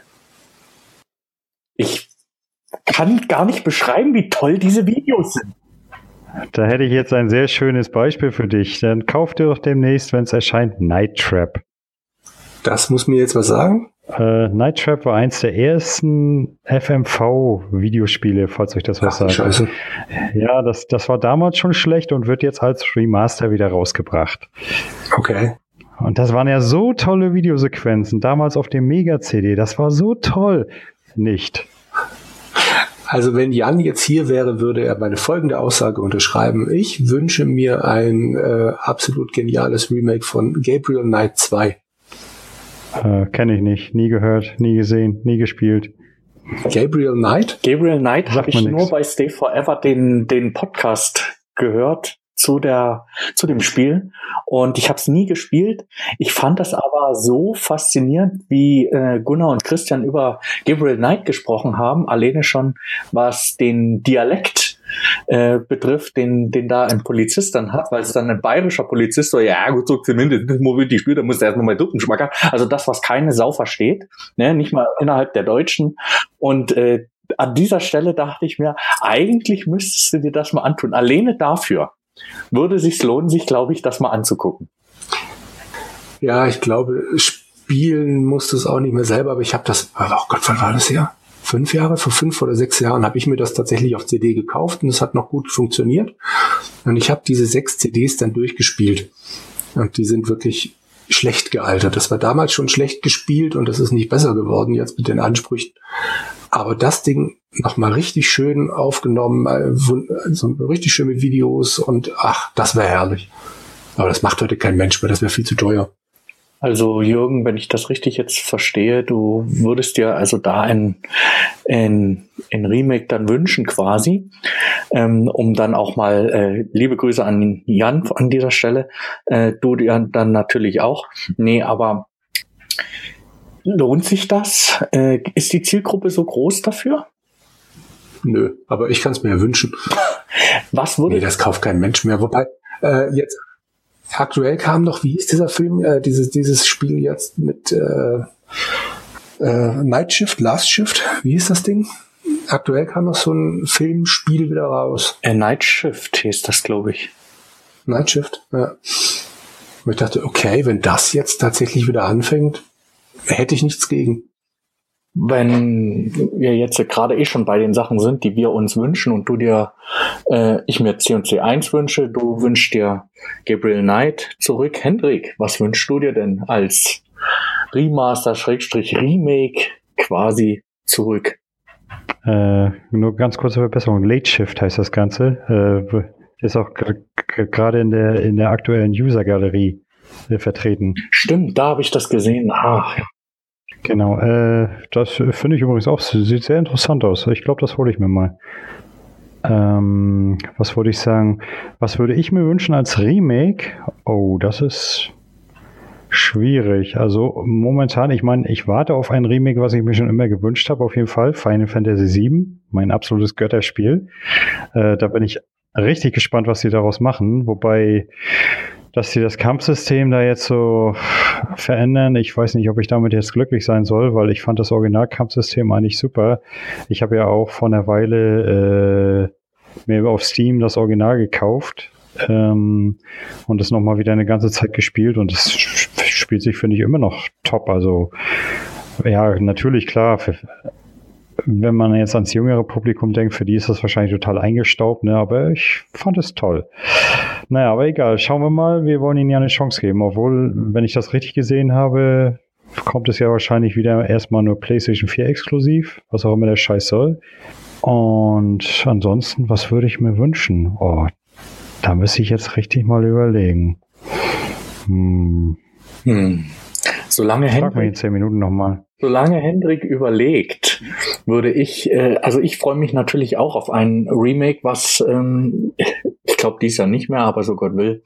Ich kann gar nicht beschreiben, wie toll diese Videos sind. Da hätte ich jetzt ein sehr schönes Beispiel für dich. Dann kauf dir doch demnächst, wenn es erscheint, Night Trap. Das muss mir jetzt was sagen? Äh, Night Trap war eins der ersten F M V-Videospiele, falls euch das was Ach, sagt. Scheiße. Ja, das, das war damals schon schlecht und wird jetzt als Remaster wieder rausgebracht. Okay. Und das waren ja so tolle Videosequenzen, damals auf dem Mega-C D. Das war so toll. Nicht. Also wenn Jan jetzt hier wäre, würde er meine folgende Aussage unterschreiben. Ich wünsche mir ein äh, absolut geniales Remake von Gabriel Knight zwei. Äh, Kenne ich nicht. Nie gehört, nie gesehen, nie gespielt. Gabriel Knight? Gabriel Knight habe ich mir nur nix. bei Stay Forever den, den Podcast gehört zu der, zu dem Spiel. Und ich habe es nie gespielt. Ich fand das aber so faszinierend, wie äh, Gunnar und Christian über Gabriel Knight gesprochen haben. Alleine schon, was den Dialekt äh, betrifft, den, den da ein Polizist dann hat, weil es dann ein bayerischer Polizist so, ja gut, so zumindest die spielt, da muss er erstmal mal Duppenschmack haben. Also das, was keine Sau versteht, ne, nicht mal innerhalb der Deutschen. Und äh, an dieser Stelle dachte ich mir, eigentlich müsstest du dir das mal antun. Alleine dafür würde sich's lohnen, sich, glaube ich, das mal anzugucken. Ja, ich glaube, spielen musst du es auch nicht mehr selber, aber ich habe das, oh Gott, wann war das her? Fünf Jahre, vor fünf oder sechs Jahren habe ich mir das tatsächlich auf C D gekauft und es hat noch gut funktioniert. Und ich habe diese sechs C Ds dann durchgespielt. Und die sind wirklich schlecht gealtert. Das war damals schon schlecht gespielt und das ist nicht besser geworden jetzt mit den Ansprüchen. Aber das Ding nochmal richtig schön aufgenommen, so richtig schön mit Videos und ach, das wäre herrlich. Aber das macht heute kein Mensch mehr, das wäre viel zu teuer. Also Jürgen, wenn ich das richtig jetzt verstehe, du würdest dir also da ein, ein, ein Remake dann wünschen quasi, ähm, um dann auch mal, äh, liebe Grüße an Jan an dieser Stelle, äh, du dir dann natürlich auch. Nee, aber lohnt sich das? Äh, ist die Zielgruppe so groß dafür? Nö, aber ich kann es mir ja wünschen. Was würde... Nee, das kauft kein Mensch mehr. Wobei, äh, jetzt... Aktuell kam noch, wie hieß dieser Film, äh, dieses dieses Spiel jetzt mit äh, äh, Night Shift, Last Shift, wie hieß das Ding? Aktuell kam noch so ein Filmspiel wieder raus. Äh, Night Shift hieß das, glaube ich. Night Shift, ja. Und ich dachte, okay, wenn das jetzt tatsächlich wieder anfängt, hätte ich nichts gegen. Wenn wir jetzt gerade eh schon bei den Sachen sind, die wir uns wünschen und du dir, äh, ich mir C und C eins wünsche, du wünschst dir Gabriel Knight zurück. Hendrik, was wünschst du dir denn als Remaster-Remake quasi zurück? Äh, nur ganz kurze Verbesserung. Late Shift heißt das Ganze. Äh, ist auch gerade in der, in der aktuellen User-Galerie äh, vertreten. Stimmt, da habe ich das gesehen. Ah, Genau, äh, das finde ich übrigens auch, sieht sehr interessant aus. Ich glaube, das hole ich mir mal. Ähm, was wollte ich sagen? Was würde ich mir wünschen als Remake? Oh, das ist schwierig. Also momentan, ich meine, ich warte auf ein Remake, was ich mir schon immer gewünscht habe, auf jeden Fall. Final Fantasy sieben, mein absolutes Götterspiel. Äh, da bin ich richtig gespannt, was sie daraus machen. Wobei, dass sie das Kampfsystem da jetzt so verändern, ich weiß nicht, ob ich damit jetzt glücklich sein soll, weil ich fand das Original-Kampfsystem eigentlich super. Ich habe ja auch vor einer Weile äh, mir auf Steam das Original gekauft ähm, und das nochmal wieder eine ganze Zeit gespielt und das spielt sich, finde ich, immer noch top. Also ja, natürlich, klar, für, wenn man jetzt ans jüngere Publikum denkt, für die ist das wahrscheinlich total eingestaubt, ne? Aber ich fand es toll. Naja, aber egal, schauen wir mal, wir wollen ihnen ja eine Chance geben, obwohl, wenn ich das richtig gesehen habe, kommt es ja wahrscheinlich wieder erstmal nur PlayStation vier exklusiv, was auch immer der Scheiß soll. Und ansonsten, was würde ich mir wünschen? Oh, da müsste ich jetzt richtig mal überlegen. Hm. Hm. Solange Frag mich in zehn Minuten nochmal. Solange Hendrik überlegt, würde ich, äh, also ich freue mich natürlich auch auf ein Remake, was, ähm, ich glaube dies Jahr nicht mehr, aber so Gott will,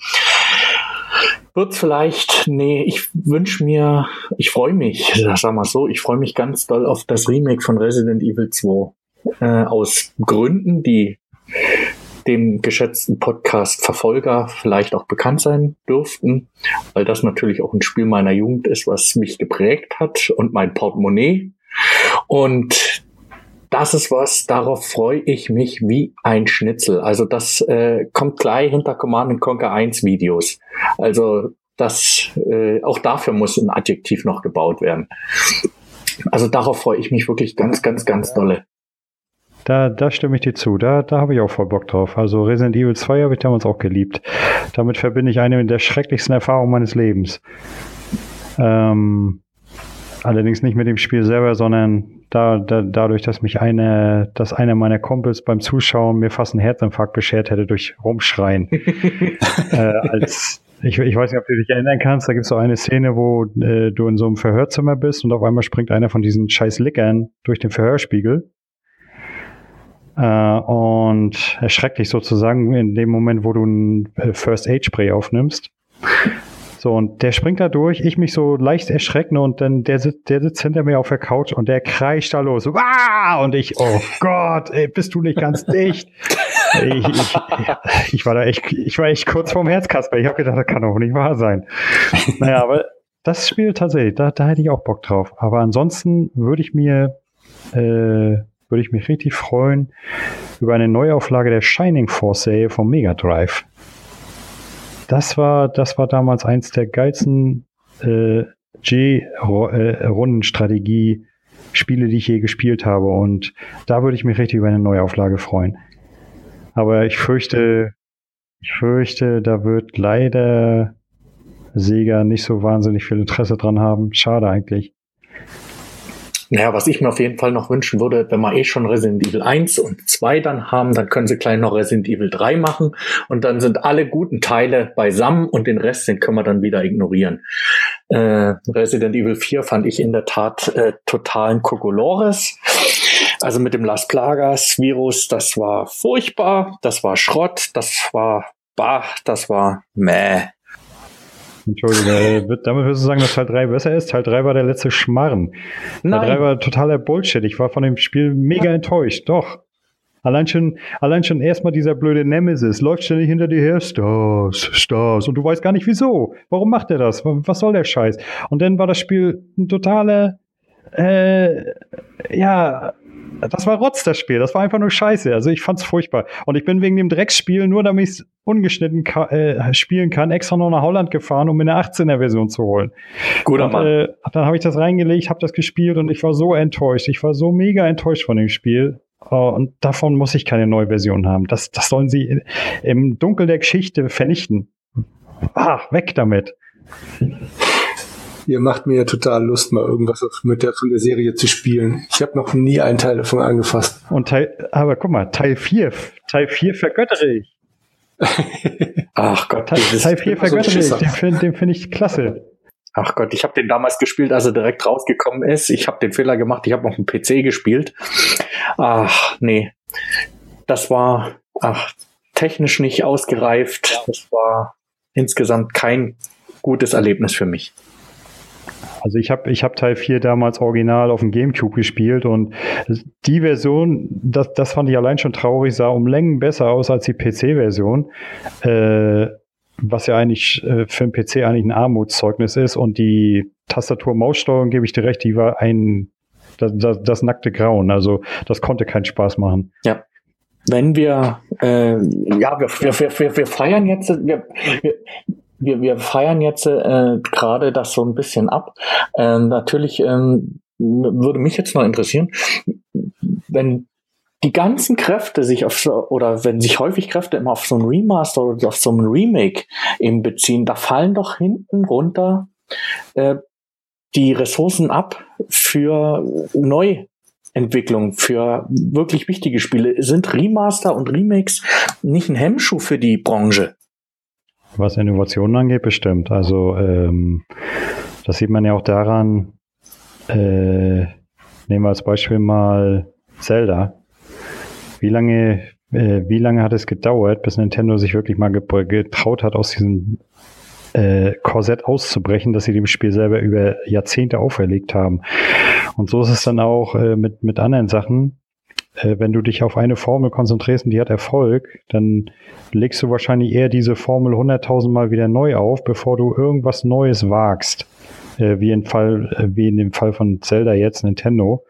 wird's vielleicht, nee, ich wünsche mir, ich freue mich, sag mal so, ich freue mich ganz doll auf das Remake von Resident Evil zwei, äh, aus Gründen, die dem geschätzten Podcast-Verfolger vielleicht auch bekannt sein dürften, weil das natürlich auch ein Spiel meiner Jugend ist, was mich geprägt hat und mein Portemonnaie. Und das ist was, darauf freue ich mich wie ein Schnitzel. Also das äh, kommt gleich hinter Command and Conquer eins Videos. Also das, äh, auch dafür muss ein Adjektiv noch gebaut werden. Also darauf freue ich mich wirklich ganz, ganz, ganz dolle. Da, da stimme ich dir zu. Da, da habe ich auch voll Bock drauf. Also Resident Evil zwei habe ich damals auch geliebt. Damit verbinde ich eine der schrecklichsten Erfahrungen meines Lebens. Ähm, allerdings nicht mit dem Spiel selber, sondern da, da, dadurch, dass mich eine, dass einer meiner Kumpels beim Zuschauen mir fast einen Herzinfarkt beschert hätte durch Rumschreien. äh, als ich, ich weiß nicht, ob du dich erinnern kannst, da gibt es so eine Szene, wo äh, du in so einem Verhörzimmer bist und auf einmal springt einer von diesen scheiß Lickern durch den Verhörspiegel. Uh, und erschreckt dich sozusagen in dem Moment, wo du ein First Aid Spray aufnimmst. So, und der springt da durch, ich mich so leicht erschrecken und dann der, der sitzt hinter mir auf der Couch und der kreischt da los. Ah! Und ich, oh Gott, ey, bist du nicht ganz dicht? ich, ich, ich war da echt, ich war echt kurz vorm Herzkasper. Ich habe gedacht, das kann doch nicht wahr sein. Naja, aber das Spiel tatsächlich, da, da hätte ich auch Bock drauf. Aber ansonsten würde ich mir äh, würde ich mich richtig freuen über eine Neuauflage der Shining Force-Serie vom Mega Drive. Das war, das war damals eins der geilsten äh, G-Rundenstrategie-Spiele, die ich je gespielt habe. Und da würde ich mich richtig über eine Neuauflage freuen. Aber ich fürchte, ich fürchte, da wird leider Sega nicht so wahnsinnig viel Interesse dran haben. Schade eigentlich. Naja, was ich mir auf jeden Fall noch wünschen würde, wenn wir eh schon Resident Evil eins und zwei dann haben, dann können sie gleich noch Resident Evil drei machen und dann sind alle guten Teile beisammen und den Rest, den können wir dann wieder ignorieren. Äh, Resident Evil vier fand ich in der Tat äh, totalen Kokolores. Also mit dem Las Plagas Virus, das war furchtbar, das war Schrott, das war bah, das war meh. Entschuldige, damit würdest du sagen, dass Teil drei besser ist? Teil drei war der letzte Schmarren. Nein. Teil drei war totaler Bullshit. Ich war von dem Spiel mega enttäuscht. Doch. Allein schon, allein schon erstmal dieser blöde Nemesis läuft ständig hinter dir her. Stars, Stars. Und du weißt gar nicht wieso. Warum macht er das? Was soll der Scheiß? Und dann war das Spiel ein totaler, äh, ja, das war Rotz, das Spiel. Das war einfach nur scheiße. Also ich fand's furchtbar. Und ich bin wegen dem Drecksspiel, nur damit ich es ungeschnitten ka- äh, spielen kann, extra noch nach Holland gefahren, um mir eine achtzehner-Version zu holen. Guter und, Mann. Äh, dann habe ich das reingelegt, habe das gespielt und ich war so enttäuscht. Ich war so mega enttäuscht von dem Spiel. Oh, und davon muss ich keine neue Version haben. Das, das sollen sie im Dunkel der Geschichte vernichten. Ah, weg damit. Ihr macht mir total Lust, mal irgendwas mit der, von der Serie zu spielen. Ich habe noch nie einen Teil davon angefasst. Und Teil, aber guck mal, Teil vier, Teil vier vergöttere ich. Ach Gott, Teil, Teil vier vergöttere ich, den finde den find ich klasse. Ach Gott, ich habe den damals gespielt, als er direkt rausgekommen ist. Ich habe den Fehler gemacht, ich habe auf dem P C gespielt. Ach, nee. Das war ach, technisch nicht ausgereift. Das war insgesamt kein gutes Erlebnis für mich. Also ich habe ich hab Teil vier damals original auf dem Gamecube gespielt und die Version, das, das fand ich allein schon traurig, sah um Längen besser aus als die P C-Version, äh, was ja eigentlich äh, für den P C eigentlich ein Armutszeugnis ist, und die Tastatur-Maussteuerung, gebe ich dir recht, die war ein das, das, das nackte Grauen, also das konnte keinen Spaß machen. Ja. Wenn wir, äh, ja, wir, wir, wir, wir feiern jetzt, wir, wir Wir, wir feiern jetzt äh, gerade das so ein bisschen ab. Äh, natürlich ähm, würde mich jetzt noch interessieren, wenn die ganzen Kräfte sich auf so, oder wenn sich häufig Kräfte immer auf so ein Remaster oder auf so ein Remake eben beziehen, da fallen doch hinten runter äh, die Ressourcen ab für Neuentwicklung, für wirklich wichtige Spiele. Sind Remaster und Remakes nicht ein Hemmschuh für die Branche? Was Innovationen angeht, bestimmt. Also ähm, das sieht man ja auch daran, äh, nehmen wir als Beispiel mal Zelda. Wie lange, äh, wie lange hat es gedauert, bis Nintendo sich wirklich mal getraut hat, aus diesem äh, Korsett auszubrechen, das sie dem Spiel selber über Jahrzehnte auferlegt haben. Und so ist es dann auch äh, mit, mit anderen Sachen. Wenn du dich auf eine Formel konzentrierst und die hat Erfolg, dann legst du wahrscheinlich eher diese Formel hunderttausend Mal wieder neu auf, bevor du irgendwas Neues wagst. Äh, wie, in Fall, äh, wie in dem Fall von Zelda jetzt, Nintendo.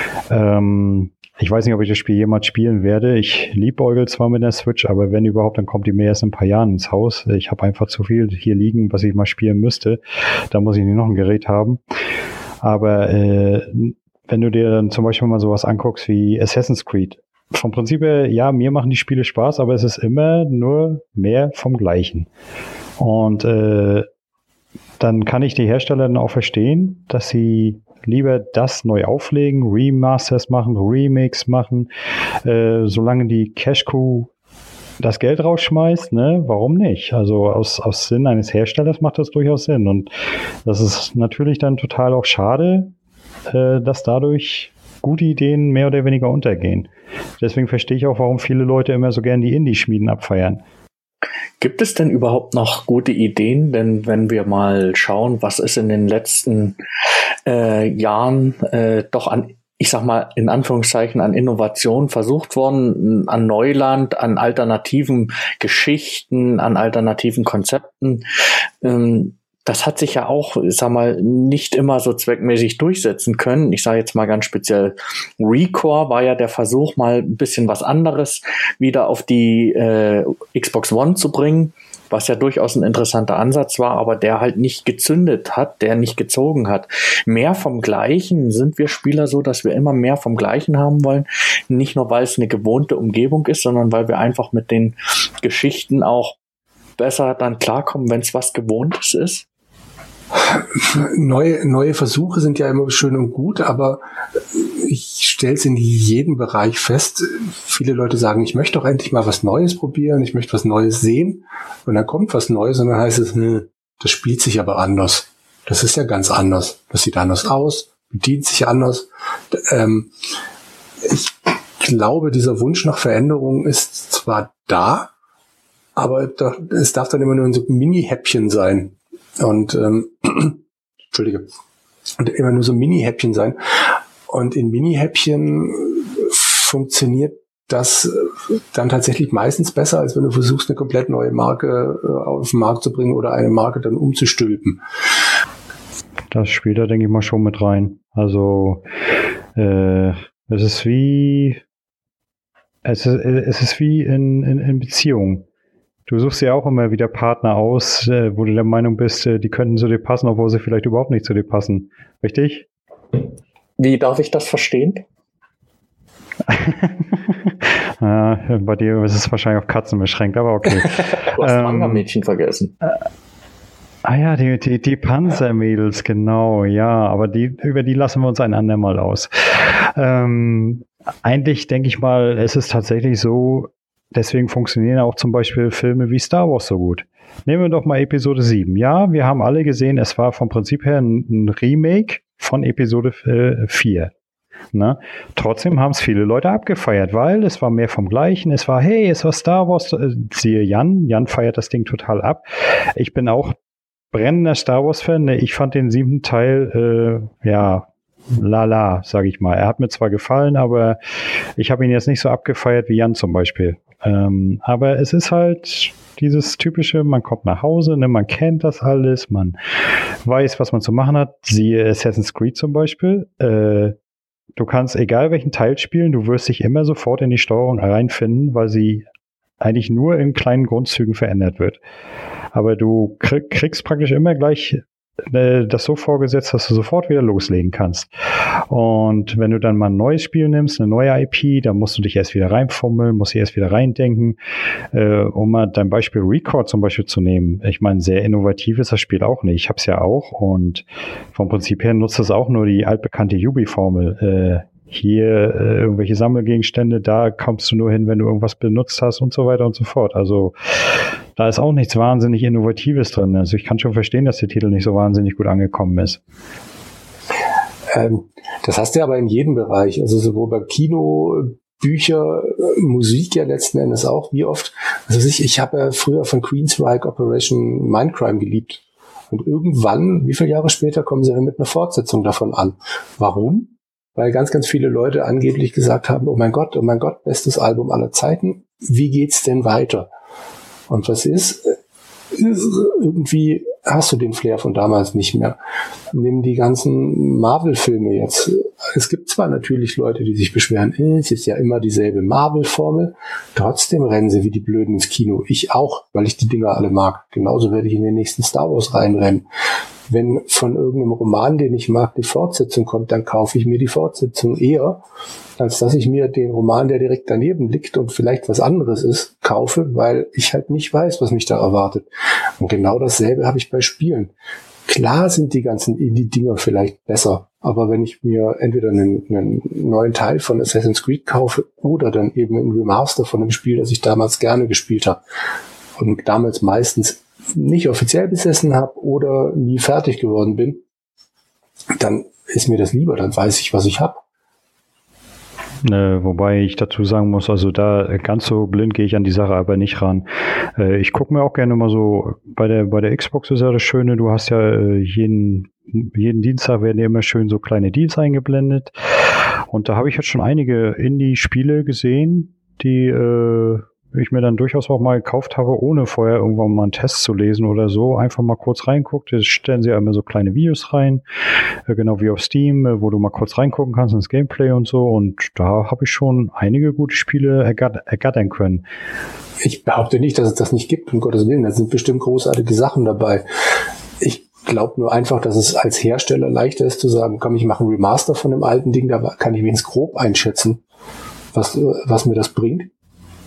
Ähm, ich weiß nicht, ob ich das Spiel jemals spielen werde. Ich liebäugel zwar mit der Switch, aber wenn überhaupt, dann kommt die mir erst in ein paar Jahren ins Haus. Ich habe einfach zu viel hier liegen, was ich mal spielen müsste. Da muss ich nicht noch ein Gerät haben. Aber äh, wenn du dir dann zum Beispiel mal sowas anguckst wie Assassin's Creed, vom Prinzip her, ja, mir machen die Spiele Spaß, aber es ist immer nur mehr vom Gleichen. Und äh, dann kann ich die Hersteller dann auch verstehen, dass sie lieber das neu auflegen, Remasters machen, Remakes machen, äh, solange die Cash-Crew das Geld rausschmeißt, ne, warum nicht? Also aus, aus Sinn eines Herstellers macht das durchaus Sinn. Und das ist natürlich dann total auch schade, dass dadurch gute Ideen mehr oder weniger untergehen. Deswegen verstehe ich auch, warum viele Leute immer so gern die Indie-Schmieden abfeiern. Gibt es denn überhaupt noch gute Ideen? Denn wenn wir mal schauen, was ist in den letzten äh, Jahren äh, doch an, ich sag mal in Anführungszeichen, an Innovation versucht worden, an Neuland, an alternativen Geschichten, an alternativen Konzepten, ähm, das hat sich ja auch, ich sag mal, nicht immer so zweckmäßig durchsetzen können. Ich sage jetzt mal ganz speziell, Recore war ja der Versuch, mal ein bisschen was anderes wieder auf die äh, Xbox One zu bringen, was ja durchaus ein interessanter Ansatz war, aber der halt nicht gezündet hat, der nicht gezogen hat. Mehr vom Gleichen, sind wir Spieler so, dass wir immer mehr vom Gleichen haben wollen. Nicht nur, weil es eine gewohnte Umgebung ist, sondern weil wir einfach mit den Geschichten auch besser dann klarkommen, wenn es was Gewohntes ist. Neue, neue Versuche sind ja immer schön und gut, aber ich stelle es in jedem Bereich fest. Viele Leute sagen, ich möchte doch endlich mal was Neues probieren, ich möchte was Neues sehen. Und dann kommt was Neues und dann heißt es, hm, das spielt sich aber anders. Das ist ja ganz anders. Das sieht anders aus, bedient sich anders. Ähm, ich glaube, dieser Wunsch nach Veränderung ist zwar da, aber es darf dann immer nur ein so Mini-Häppchen sein. Und ähm, Entschuldige. Und immer nur so Mini-Häppchen sein. Und in Mini-Häppchen funktioniert das dann tatsächlich meistens besser, als wenn du versuchst, eine komplett neue Marke auf den Markt zu bringen oder eine Marke dann umzustülpen. Das spielt da, denke ich mal, schon mit rein. Also äh, es ist wie es ist, es ist wie in, in, in Beziehungen. Du suchst ja auch immer wieder Partner aus, äh, wo du der Meinung bist, äh, die könnten zu dir passen, obwohl sie vielleicht überhaupt nicht zu dir passen. Richtig? Wie darf ich das verstehen? Ja, bei dir ist es wahrscheinlich auf Katzen beschränkt, aber okay. Du hast ähm, Manga-Mädchen vergessen. Äh, ah ja, die, die, die Panzermädels, genau, ja, aber die, über die lassen wir uns ein andermal aus. Ähm, eigentlich denke ich mal, es ist tatsächlich so, deswegen funktionieren auch zum Beispiel Filme wie Star Wars so gut. Nehmen wir doch mal Episode sieben. Ja, wir haben alle gesehen, es war vom Prinzip her ein, ein Remake von Episode äh, vier. Ne? Trotzdem haben es viele Leute abgefeiert, weil es war mehr vom Gleichen. Es war, hey, es war Star Wars. Äh, siehe Jan. Jan feiert das Ding total ab. Ich bin auch brennender Star Wars-Fan. Ne? Ich fand den siebten Teil, äh, ja, lala, sage ich mal. Er hat mir zwar gefallen, aber ich habe ihn jetzt nicht so abgefeiert wie Jan zum Beispiel. Ähm, aber es ist halt dieses typische, man kommt nach Hause, ne, man kennt das alles, man weiß, was man zu machen hat. Siehe Assassin's Creed zum Beispiel. Äh, du kannst egal welchen Teil spielen, du wirst dich immer sofort in die Steuerung reinfinden, weil sie eigentlich nur in kleinen Grundzügen verändert wird. Aber du krieg, kriegst praktisch immer gleich das so vorgesetzt, dass du sofort wieder loslegen kannst. Und wenn du dann mal ein neues Spiel nimmst, eine neue I P, dann musst du dich erst wieder reinfummeln, musst dich erst wieder reindenken. Äh, um mal dein Beispiel Record zum Beispiel zu nehmen. Ich meine, sehr innovativ ist das Spiel auch nicht. Ich habe es ja auch und vom Prinzip her nutzt es auch nur die altbekannte Yubi-Formel. Äh, hier äh, irgendwelche Sammelgegenstände, da kommst du nur hin, wenn du irgendwas benutzt hast und so weiter und so fort. Also da ist auch nichts wahnsinnig Innovatives drin. Also ich kann schon verstehen, dass der Titel nicht so wahnsinnig gut angekommen ist. Ähm, das hast du aber in jedem Bereich. Also sowohl bei Kino, Bücher, Musik ja letzten Endes auch. Wie oft? Also ich, ich habe ja früher von Queensryche Operation Mindcrime geliebt. Und irgendwann, wie viele Jahre später, kommen sie dann mit einer Fortsetzung davon an. Warum? Weil ganz, ganz viele Leute angeblich gesagt haben, oh mein Gott, oh mein Gott, bestes Album aller Zeiten. Wie geht's denn weiter? Und was ist? Irgendwie hast du den Flair von damals nicht mehr. Nimm die ganzen Marvel-Filme jetzt. Es gibt zwar natürlich Leute, die sich beschweren, es ist ja immer dieselbe Marvel-Formel, trotzdem rennen sie wie die Blöden ins Kino. Ich auch, weil ich die Dinger alle mag. Genauso werde ich in den nächsten Star Wars reinrennen. Wenn von irgendeinem Roman, den ich mag, die Fortsetzung kommt, dann kaufe ich mir die Fortsetzung eher, als dass ich mir den Roman, der direkt daneben liegt und vielleicht was anderes ist, kaufe, weil ich halt nicht weiß, was mich da erwartet. Und genau dasselbe habe ich bei Spielen. Klar sind die ganzen Indie-Dinger vielleicht besser, aber wenn ich mir entweder einen, einen neuen Teil von Assassin's Creed kaufe oder dann eben ein Remaster von einem Spiel, das ich damals gerne gespielt habe und damals meistens nicht offiziell besessen habe oder nie fertig geworden bin, dann ist mir das lieber, dann weiß ich, was ich habe. Äh, wobei ich dazu sagen muss, also da ganz so blind gehe ich an die Sache aber nicht ran. Äh, ich gucke mir auch gerne mal so, bei der bei der Xbox ist ja das Schöne, du hast ja äh, jeden jeden Dienstag werden ja immer schön so kleine Deals eingeblendet und da habe ich jetzt schon einige Indie-Spiele gesehen, die äh, ich mir dann durchaus auch mal gekauft habe, ohne vorher irgendwann mal einen Test zu lesen oder so, einfach mal kurz reinguckt. Da stellen sie ja immer so kleine Videos rein, äh, genau wie auf Steam, äh, wo du mal kurz reingucken kannst ins Gameplay und so. Und da habe ich schon einige gute Spiele ergatt- ergattern können. Ich behaupte nicht, dass es das nicht gibt, um Gottes Willen. Da sind bestimmt großartige Sachen dabei. Ich glaube nur einfach, dass es als Hersteller leichter ist zu sagen, komm, ich mache ein Remaster von dem alten Ding, da kann ich wenigstens grob einschätzen, was, was mir das bringt.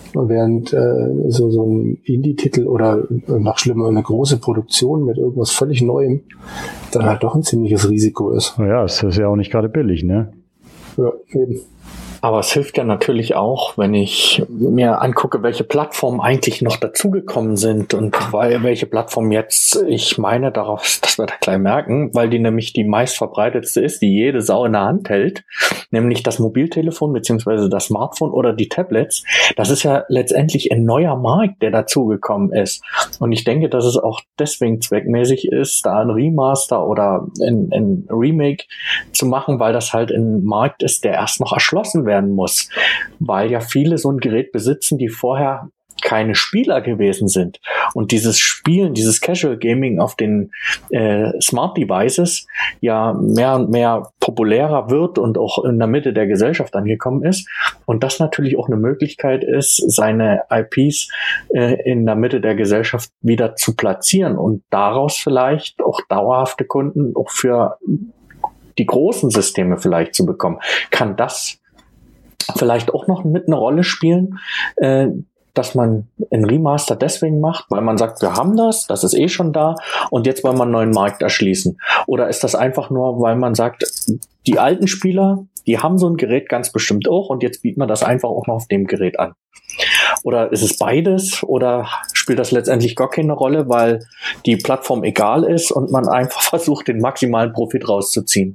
Während äh, so, so ein Indie-Titel oder noch schlimmer eine große Produktion mit irgendwas völlig Neuem dann halt doch ein ziemliches Risiko ist. Ja, es ist ja auch nicht gerade billig, ne? Ja, eben. Aber es hilft ja natürlich auch, wenn ich mir angucke, welche Plattformen eigentlich noch dazugekommen sind und weil welche Plattform jetzt, ich meine darauf, das wird er gleich merken, weil die nämlich die meistverbreitetste ist, die jede Sau in der Hand hält, nämlich das Mobiltelefon beziehungsweise das Smartphone oder die Tablets. Das ist ja letztendlich ein neuer Markt, der dazugekommen ist. Und ich denke, dass es auch deswegen zweckmäßig ist, da ein Remaster oder ein, ein Remake zu machen, weil das halt ein Markt ist, der erst noch erschlossen wird werden muss, weil ja viele so ein Gerät besitzen, die vorher keine Spieler gewesen sind. Und dieses Spielen, dieses Casual Gaming auf den äh, Smart Devices ja mehr und mehr populärer wird und auch in der Mitte der Gesellschaft angekommen ist. Und das natürlich auch eine Möglichkeit ist, seine I Ps äh, in der Mitte der Gesellschaft wieder zu platzieren und daraus vielleicht auch dauerhafte Kunden auch für die großen Systeme vielleicht zu bekommen. Kann das vielleicht auch noch mit eine Rolle spielen, äh, dass man ein Remaster deswegen macht, weil man sagt, wir haben das, das ist eh schon da und jetzt wollen wir einen neuen Markt erschließen? Oder ist das einfach nur, weil man sagt, die alten Spieler, die haben so ein Gerät ganz bestimmt auch und jetzt bieten wir das einfach auch noch auf dem Gerät an? Oder ist es beides? Oder spielt das letztendlich gar keine Rolle, weil die Plattform egal ist und man einfach versucht, den maximalen Profit rauszuziehen?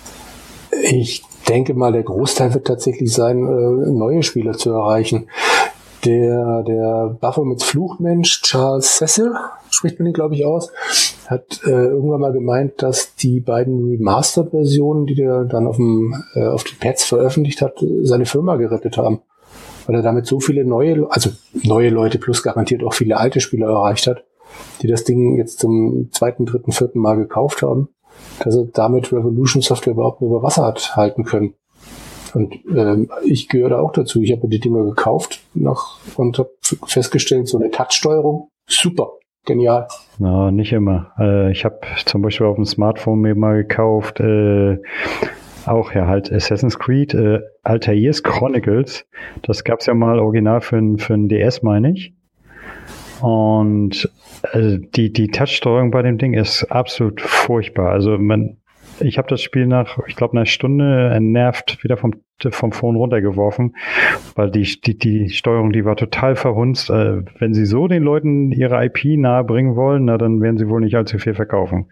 Ich denke mal, der Großteil wird tatsächlich sein, äh, neue Spieler zu erreichen. Der, der Baphomets Fluchmensch, Charles Cecil, spricht man den, glaube ich, aus, hat äh, irgendwann mal gemeint, dass die beiden Remastered-Versionen, die der dann auf dem, äh, auf den Pads veröffentlicht hat, seine Firma gerettet haben. Weil er damit so viele neue, also neue Leute plus garantiert auch viele alte Spieler erreicht hat, die das Ding jetzt zum zweiten, dritten, vierten Mal gekauft haben, dass er damit Revolution Software überhaupt über Wasser hat halten können. Und ähm, ich gehöre da auch dazu. Ich habe die Dinger gekauft nach, und habe festgestellt, so eine Touch-Steuerung, super, genial. Na, nicht immer. Äh, ich habe zum Beispiel auf dem Smartphone mir mal gekauft, äh, auch ja halt Assassin's Creed, äh, Altair's Chronicles. Das gab's ja mal original für ein, für ein D S, meine ich. Und also die, die Touch-Steuerung bei dem Ding ist absolut furchtbar. Also man, ich habe das Spiel nach, ich glaube, einer Stunde entnervt wieder vom, vom Phone runtergeworfen, weil die, die, die Steuerung, die war total verhunzt. Äh, wenn sie so den Leuten ihre I P nahe bringen wollen, na, dann werden sie wohl nicht allzu viel verkaufen.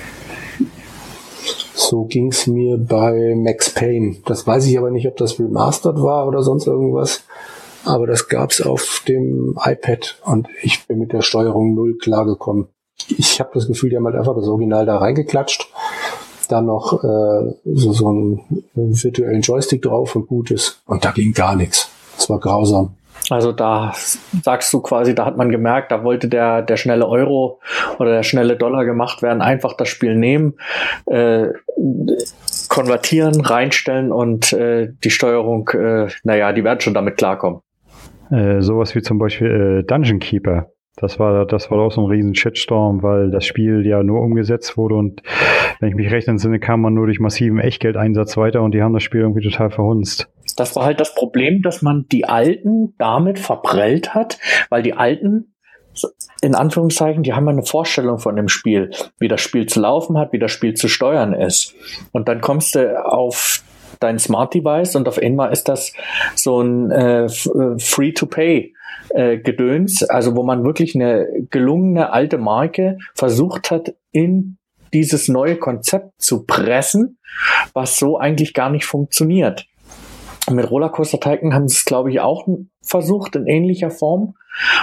So ging's mir bei Max Payne. Das weiß ich aber nicht, ob das remastered war oder sonst irgendwas. Aber das gab's auf dem iPad und ich bin mit der Steuerung null klargekommen. Ich habe das Gefühl, die haben halt einfach das Original da reingeklatscht, dann noch äh, so, so einen virtuellen Joystick drauf und gut ist. Und da ging gar nichts. Das war grausam. Also da sagst du quasi, da hat man gemerkt, da wollte der der schnelle Euro oder der schnelle Dollar gemacht werden, einfach das Spiel nehmen, äh, konvertieren, reinstellen und äh, die Steuerung, äh, naja, die werden schon damit klarkommen. Äh, sowas wie zum Beispiel äh, Dungeon Keeper. Das war, das war auch so ein riesen Shitstorm, weil das Spiel ja nur umgesetzt wurde und wenn ich mich recht entsinne, kam man nur durch massiven Echtgeldeinsatz weiter und die haben das Spiel irgendwie total verhunzt. Das war halt das Problem, dass man die Alten damit verprellt hat, weil die Alten, in Anführungszeichen, die haben eine Vorstellung von dem Spiel, wie das Spiel zu laufen hat, wie das Spiel zu steuern ist. Und dann kommst du auf dein Smart Device und auf einmal ist das so ein äh, Free-to-Pay Äh, Gedöns, also wo man wirklich eine gelungene alte Marke versucht hat, in dieses neue Konzept zu pressen, was so eigentlich gar nicht funktioniert. Und mit Rollercoaster Tycoon haben sie es, glaube ich, auch versucht in ähnlicher Form.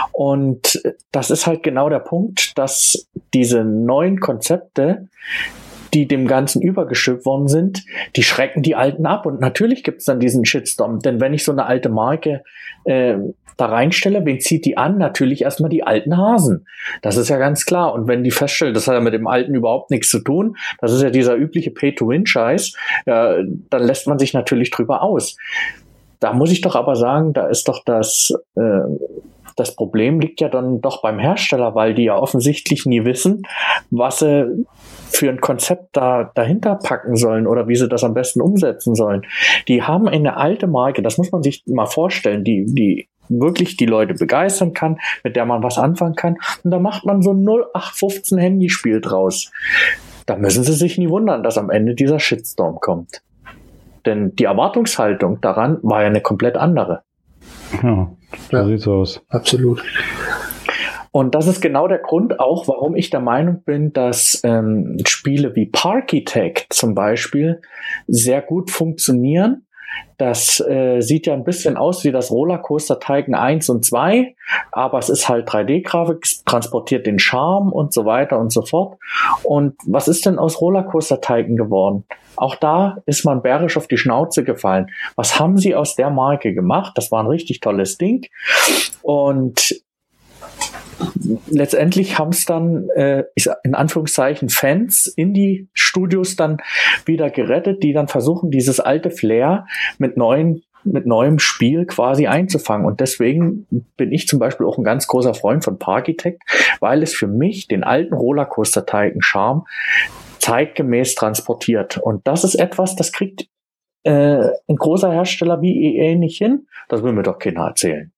Und das ist halt genau der Punkt, dass diese neuen Konzepte, die dem Ganzen übergestülpt worden sind, die schrecken die Alten ab. Und natürlich gibt es dann diesen Shitstorm. Denn wenn ich so eine alte Marke äh, da reinstelle, wen zieht die an? Natürlich erstmal die alten Hasen. Das ist ja ganz klar. Und wenn die feststellen, das hat ja mit dem Alten überhaupt nichts zu tun, das ist ja dieser übliche Pay-to-Win-Scheiß, ja, dann lässt man sich natürlich drüber aus. Da muss ich doch aber sagen, da ist doch das... Äh, Das Problem liegt ja dann doch beim Hersteller, weil die ja offensichtlich nie wissen, was sie für ein Konzept da dahinter packen sollen oder wie sie das am besten umsetzen sollen. Die haben eine alte Marke, das muss man sich mal vorstellen, die, die wirklich die Leute begeistern kann, mit der man was anfangen kann. Und da macht man so ein null acht fünfzehn Handyspiel draus. Da müssen sie sich nie wundern, dass am Ende dieser Shitstorm kommt. Denn die Erwartungshaltung daran war ja eine komplett andere. Ja, so ja, sieht's aus. Absolut. Und das ist genau der Grund auch, warum ich der Meinung bin, dass ähm, Spiele wie Parkitect zum Beispiel sehr gut funktionieren. Das äh, sieht ja ein bisschen aus wie das Rollercoaster Tycoon eins und zwei, aber es ist halt drei D-Grafik, transportiert den Charme und so weiter und so fort. Und was ist denn aus Rollercoaster Tycoon geworden? Auch da ist man bärisch auf die Schnauze gefallen. Was haben sie aus der Marke gemacht? Das war ein richtig tolles Ding. Und letztendlich haben es dann äh, in Anführungszeichen Fans, Indie-Studios dann wieder gerettet, die dann versuchen, dieses alte Flair mit neuen mit neuem Spiel quasi einzufangen. Und deswegen bin ich zum Beispiel auch ein ganz großer Freund von Parkitect, weil es für mich den alten Rollercoaster Tycoon Charme zeitgemäß transportiert. Und das ist etwas, das kriegt äh, ein großer Hersteller wie E A nicht hin. Das will mir doch keiner erzählen.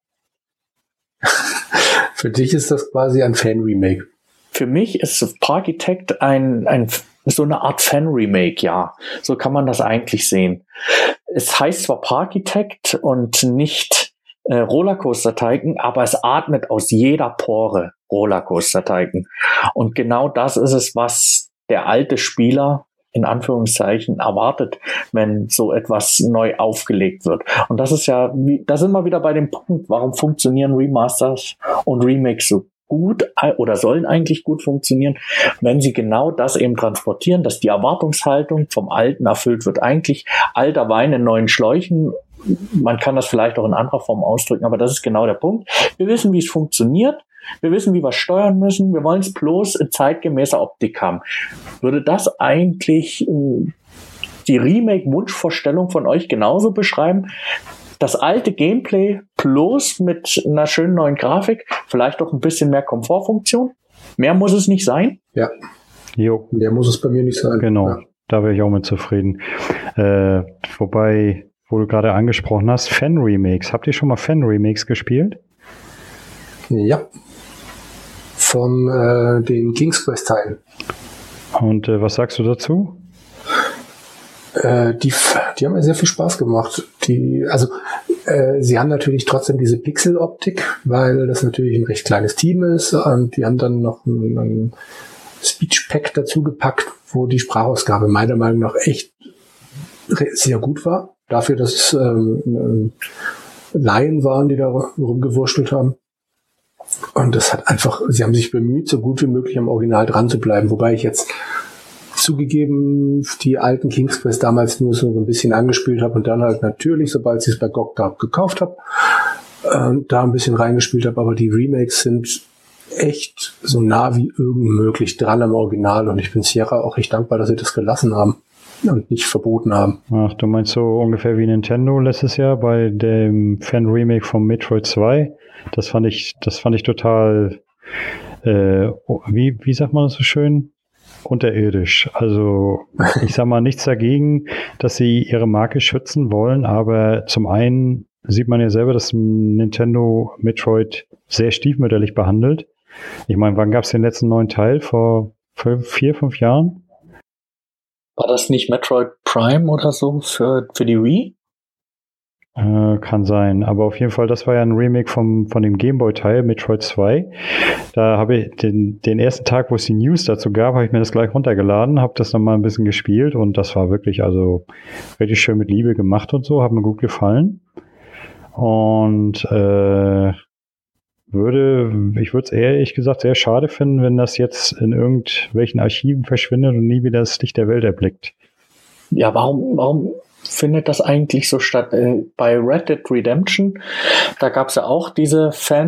Für dich ist das quasi ein Fan-Remake. Für mich ist Parkitect ein, ein, so eine Art Fan-Remake, ja. So kann man das eigentlich sehen. Es heißt zwar Parkitect und nicht äh, Rollercoaster Tycoon, aber es atmet aus jeder Pore Rollercoaster Tycoon. Und genau das ist es, was der alte Spieler in Anführungszeichen erwartet, wenn so etwas neu aufgelegt wird. Und das ist ja, da sind wir wieder bei dem Punkt, warum funktionieren Remasters und Remakes so gut oder sollen eigentlich gut funktionieren, wenn sie genau das eben transportieren, dass die Erwartungshaltung vom Alten erfüllt wird. Eigentlich alter Wein in neuen Schläuchen. Man kann das vielleicht auch in anderer Form ausdrücken, aber das ist genau der Punkt. Wir wissen, wie es funktioniert. Wir wissen, wie wir steuern müssen. Wir wollen es bloß in zeitgemäßer Optik haben. Würde das eigentlich äh, die Remake-Wunschvorstellung von euch genauso beschreiben? Das alte Gameplay bloß mit einer schönen neuen Grafik, vielleicht auch ein bisschen mehr Komfortfunktion? Mehr muss es nicht sein? Ja. Jo. Mehr muss es bei mir nicht sein. Genau, ja. Da wäre ich auch mit zufrieden. Äh, wobei, wo du gerade angesprochen hast, Fan-Remakes. Habt ihr schon mal Fan-Remakes gespielt? Ja. Von äh, den King's Quest-Teilen. Und äh, was sagst du dazu? Äh, die, die haben mir sehr viel Spaß gemacht. Die, also äh, sie haben natürlich trotzdem diese Pixel-Optik, weil das natürlich ein recht kleines Team ist. Und die haben dann noch ein, ein Speech-Pack dazu gepackt, wo die Sprachausgabe meiner Meinung nach echt sehr gut war. Dafür, dass es ähm, Laien waren, die da rumgewurschtelt haben. Und das hat einfach, sie haben sich bemüht, so gut wie möglich am Original dran zu bleiben. Wobei ich jetzt zugegeben die alten King's Quest damals nur so ein bisschen angespielt habe und dann halt natürlich, sobald ich es bei G O G da gekauft habe, äh, da ein bisschen reingespielt habe. Aber die Remakes sind echt so nah wie irgend möglich dran am Original. Und ich bin Sierra auch echt dankbar, dass sie das gelassen haben und nicht verboten haben. Ach, du meinst so ungefähr wie Nintendo letztes Jahr bei dem Fan-Remake von Metroid zwei? Das fand ich, das fand ich total, äh, wie, wie sagt man das so schön? Unterirdisch. Also, ich sag mal nichts dagegen, dass sie ihre Marke schützen wollen, aber zum einen sieht man ja selber, dass Nintendo Metroid sehr stiefmütterlich behandelt. Ich meine, wann gab es den letzten neuen Teil? Vor fünf, vier, fünf Jahren? War das nicht Metroid Prime oder so für, für die Wii? Äh, kann sein, aber auf jeden Fall, das war ja ein Remake vom, von dem Gameboy-Teil, Metroid zwei. Da habe ich den, den ersten Tag, wo es die News dazu gab, habe ich mir das gleich runtergeladen, habe das nochmal ein bisschen gespielt und das war wirklich also richtig schön mit Liebe gemacht und so, hat mir gut gefallen. Und äh, würde, ich würde es ehrlich gesagt sehr schade finden, wenn das jetzt in irgendwelchen Archiven verschwindet und nie wieder das Licht der Welt erblickt. Ja, warum, warum findet das eigentlich so statt? Äh, bei Red Dead Redemption, da gab es ja auch diese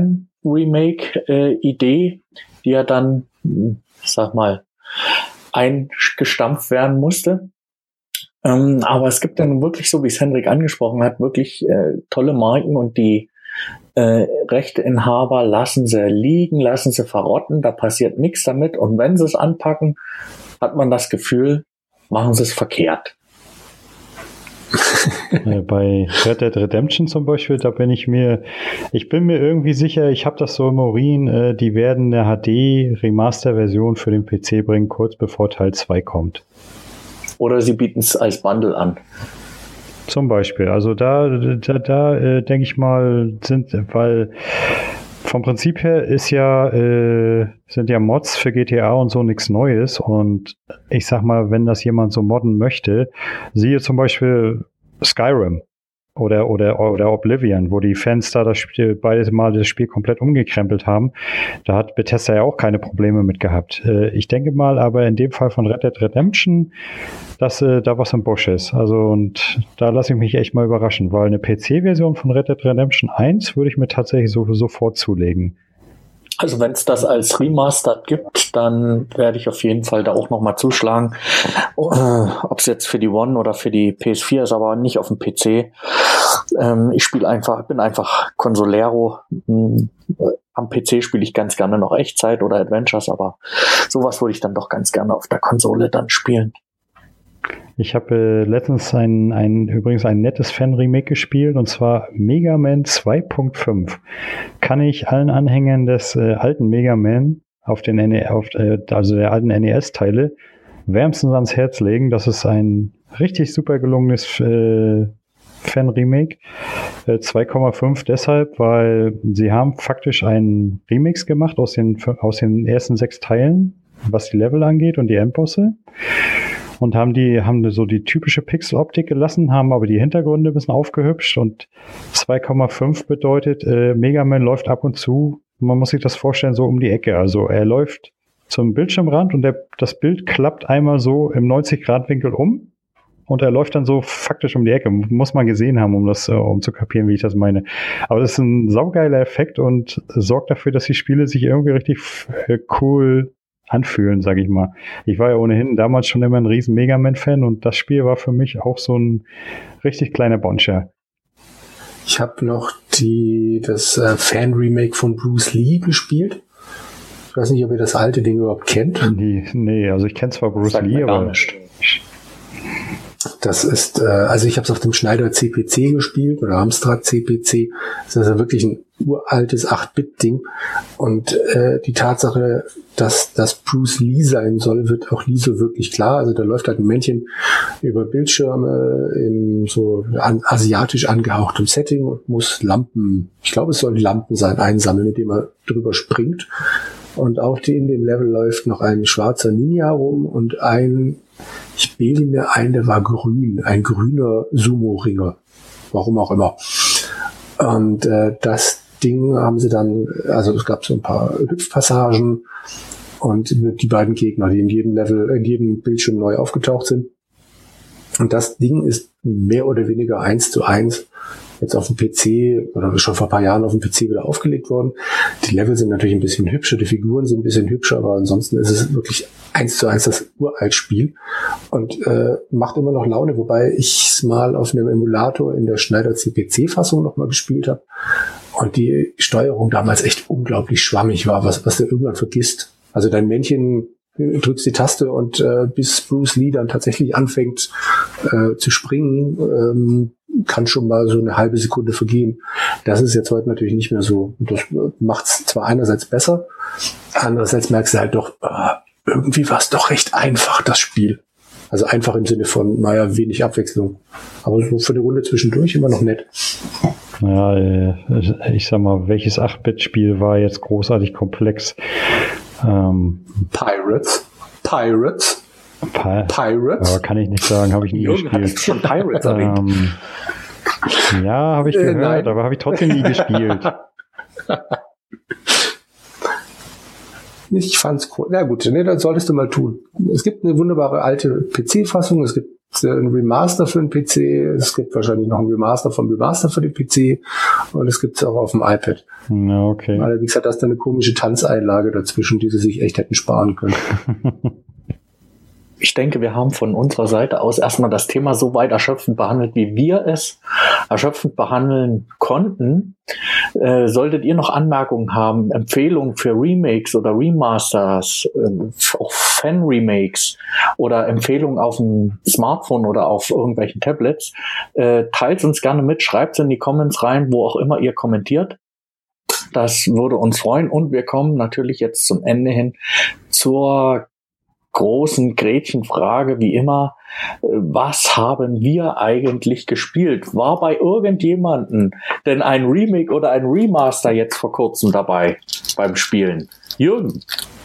Fan-Remake-Idee, äh, die ja dann, sag mal, eingestampft werden musste. Ähm, aber es gibt dann wirklich, so wie es Hendrik angesprochen hat, wirklich äh, tolle Marken und die äh, Rechteinhaber lassen sie liegen, lassen sie verrotten, da passiert nichts damit und wenn sie es anpacken, hat man das Gefühl, machen sie es verkehrt. äh, bei Red Dead Redemption zum Beispiel, da bin ich mir, ich bin mir irgendwie sicher, ich habe das so im Urin, äh, die werden eine H D-Remaster-Version für den P C bringen, kurz bevor Teil zwei kommt. Oder sie bieten es als Bundle an. Zum Beispiel. Also da, da, da äh, denke ich mal, sind, weil vom Prinzip her ist ja, äh, sind ja Mods für G T A und so nichts Neues. Und ich sag mal, wenn das jemand so modden möchte, siehe zum Beispiel Skyrim oder, oder, oder Oblivion, wo die Fans da das Spiel, beides Mal das Spiel komplett umgekrempelt haben. Da hat Bethesda ja auch keine Probleme mit gehabt. Äh, ich denke mal, aber in dem Fall von Red Dead Redemption, dass äh, da was im Busch ist. Also, und da lasse ich mich echt mal überraschen, weil eine P C-Version von Red Dead Redemption eins würde ich mir tatsächlich so, sofort zulegen. Also wenn es das als Remastered gibt, dann werde ich auf jeden Fall da auch nochmal zuschlagen. Uh, ob es jetzt für die One oder für die P S vier ist, aber nicht auf dem P C. Ähm, ich spiele einfach, bin einfach Consolero. Hm, am P C spiele ich ganz gerne noch Echtzeit oder Adventures, aber sowas würde ich dann doch ganz gerne auf der Konsole dann spielen. Ich habe äh, letztens ein, ein übrigens ein nettes Fan-Remake gespielt, und zwar Mega Man zwei Punkt fünf. Kann ich allen Anhängern des äh, alten Mega Man auf den N E, auf, äh, also der alten N E S-Teile wärmstens ans Herz legen. Das ist ein richtig super gelungenes äh, Fan-Remake. Äh, zwei Komma fünf deshalb, weil sie haben faktisch einen Remix gemacht aus den, aus den ersten sechs Teilen, was die Level angeht und die Endbosse. Und haben die, haben so die typische Pixel-Optik gelassen, haben aber die Hintergründe ein bisschen aufgehübscht, und zwei Komma fünf bedeutet, äh, Mega Man läuft ab und zu, man muss sich das vorstellen, so um die Ecke. Also er läuft zum Bildschirmrand und der, das Bild klappt einmal so im neunzig Grad Winkel um, und er läuft dann so faktisch um die Ecke. Muss man gesehen haben, um das, um zu kapieren, wie ich das meine. Aber das ist ein saugeiler Effekt und sorgt dafür, dass die Spiele sich irgendwie richtig äh, cool anfühlen, sag ich mal. Ich war ja ohnehin damals schon immer ein riesen Mega Man-Fan, und das Spiel war für mich auch so ein richtig kleiner Bonscher. Ich habe noch die das äh, Fan-Remake von Bruce Lee gespielt. Ich weiß nicht, ob ihr das alte Ding überhaupt kennt. Nee, nee, also ich kenne zwar Bruce Sagt Lee, aber nicht. Das ist, äh, also ich habe es auf dem Schneider C P C gespielt oder Amstrad C P C. Das ist ja wirklich ein uraltes acht Bit Ding. Und äh, die Tatsache, dass das Bruce Lee sein soll, wird auch nie so wirklich klar. Also da läuft halt ein Männchen über Bildschirme in so an, asiatisch angehauchtem Setting und muss Lampen, ich glaube es sollen Lampen sein, einsammeln, indem er drüber springt. Und auch die, in dem Level läuft noch ein schwarzer Ninja rum und ein, ich bilde mir ein, der war grün, ein grüner Sumo-Ringer. Warum auch immer. Und äh, das Ding haben sie dann, also es gab so ein paar Hüpfpassagen und die beiden Gegner, die in jedem Level, in jedem Bildschirm neu aufgetaucht sind. Und das Ding ist mehr oder weniger eins zu eins jetzt auf dem P C oder schon vor ein paar Jahren auf dem P C wieder aufgelegt worden. Die Level sind natürlich ein bisschen hübscher, die Figuren sind ein bisschen hübscher, aber ansonsten ist es wirklich eins zu eins das Uralt-Spiel und äh, macht immer noch Laune, wobei ich es mal auf einem Emulator in der Schneider C P C-Fassung nochmal gespielt habe und die Steuerung damals echt unglaublich schwammig war, was, was du irgendwann vergisst. Also dein Männchen drückst die Taste und äh, bis Bruce Lee dann tatsächlich anfängt äh, zu springen, ähm, kann schon mal so eine halbe Sekunde vergehen. Das ist jetzt heute natürlich nicht mehr so. Das macht es zwar einerseits besser, andererseits merkst du halt doch, äh, irgendwie war es doch recht einfach, das Spiel. Also einfach im Sinne von, naja, wenig Abwechslung. Aber so für die Runde zwischendurch immer noch nett. Ja, äh, ich sag mal, welches acht Bit Spiel war jetzt großartig komplex? Ähm, Pirates. Pirates. Pi- Pirates. Aber kann ich nicht sagen, habe ich nie Jürgen, gespielt. hast du schon Pirates erwähnt? Ähm, ja, habe ich Äh, gehört, nein. aber habe ich trotzdem nie gespielt. Ich fand's cool. Na gut, nee, das solltest du mal tun. Es gibt eine wunderbare alte P C-Fassung, es gibt ein Remaster für den P C, es gibt wahrscheinlich noch ein Remaster vom Remaster für den P C und es gibt es auch auf dem iPad. Ja, okay. Allerdings hat das dann eine komische Tanzeinlage dazwischen, die sie sich echt hätten sparen können. Ich denke, wir haben von unserer Seite aus erstmal das Thema so weit erschöpfend behandelt, wie wir es erschöpfend behandeln konnten. Äh, solltet ihr noch Anmerkungen haben, Empfehlungen für Remakes oder Remasters, äh, auch Fan-Remakes oder Empfehlungen auf dem Smartphone oder auf irgendwelchen Tablets, äh, teilt uns gerne mit, schreibt es in die Comments rein, wo auch immer ihr kommentiert. Das würde uns freuen und wir kommen natürlich jetzt zum Ende hin zur großen Gretchenfrage, wie immer. Was haben wir eigentlich gespielt? War bei irgendjemandem denn ein Remake oder ein Remaster jetzt vor kurzem dabei beim Spielen? Jürgen?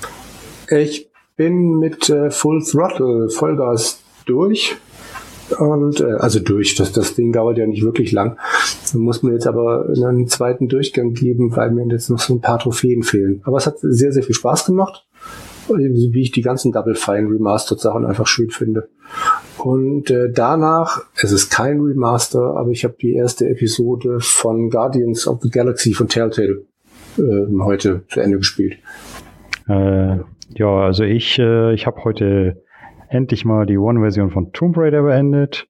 Ich bin mit äh, Full Throttle, Vollgas durch. Und äh, also durch, das, das Ding dauert ja nicht wirklich lang. Da muss mir jetzt aber einen zweiten Durchgang geben, weil mir jetzt noch so ein paar Trophäen fehlen. Aber es hat sehr, sehr viel Spaß gemacht, wie ich die ganzen Double Fine Remastered Sachen einfach schön finde. Und äh, danach, es ist kein Remaster, aber ich habe die erste Episode von Guardians of the Galaxy von Telltale äh, heute zu Ende gespielt. Äh, ja, also ich, äh, ich habe heute endlich mal die One-Version von Tomb Raider beendet,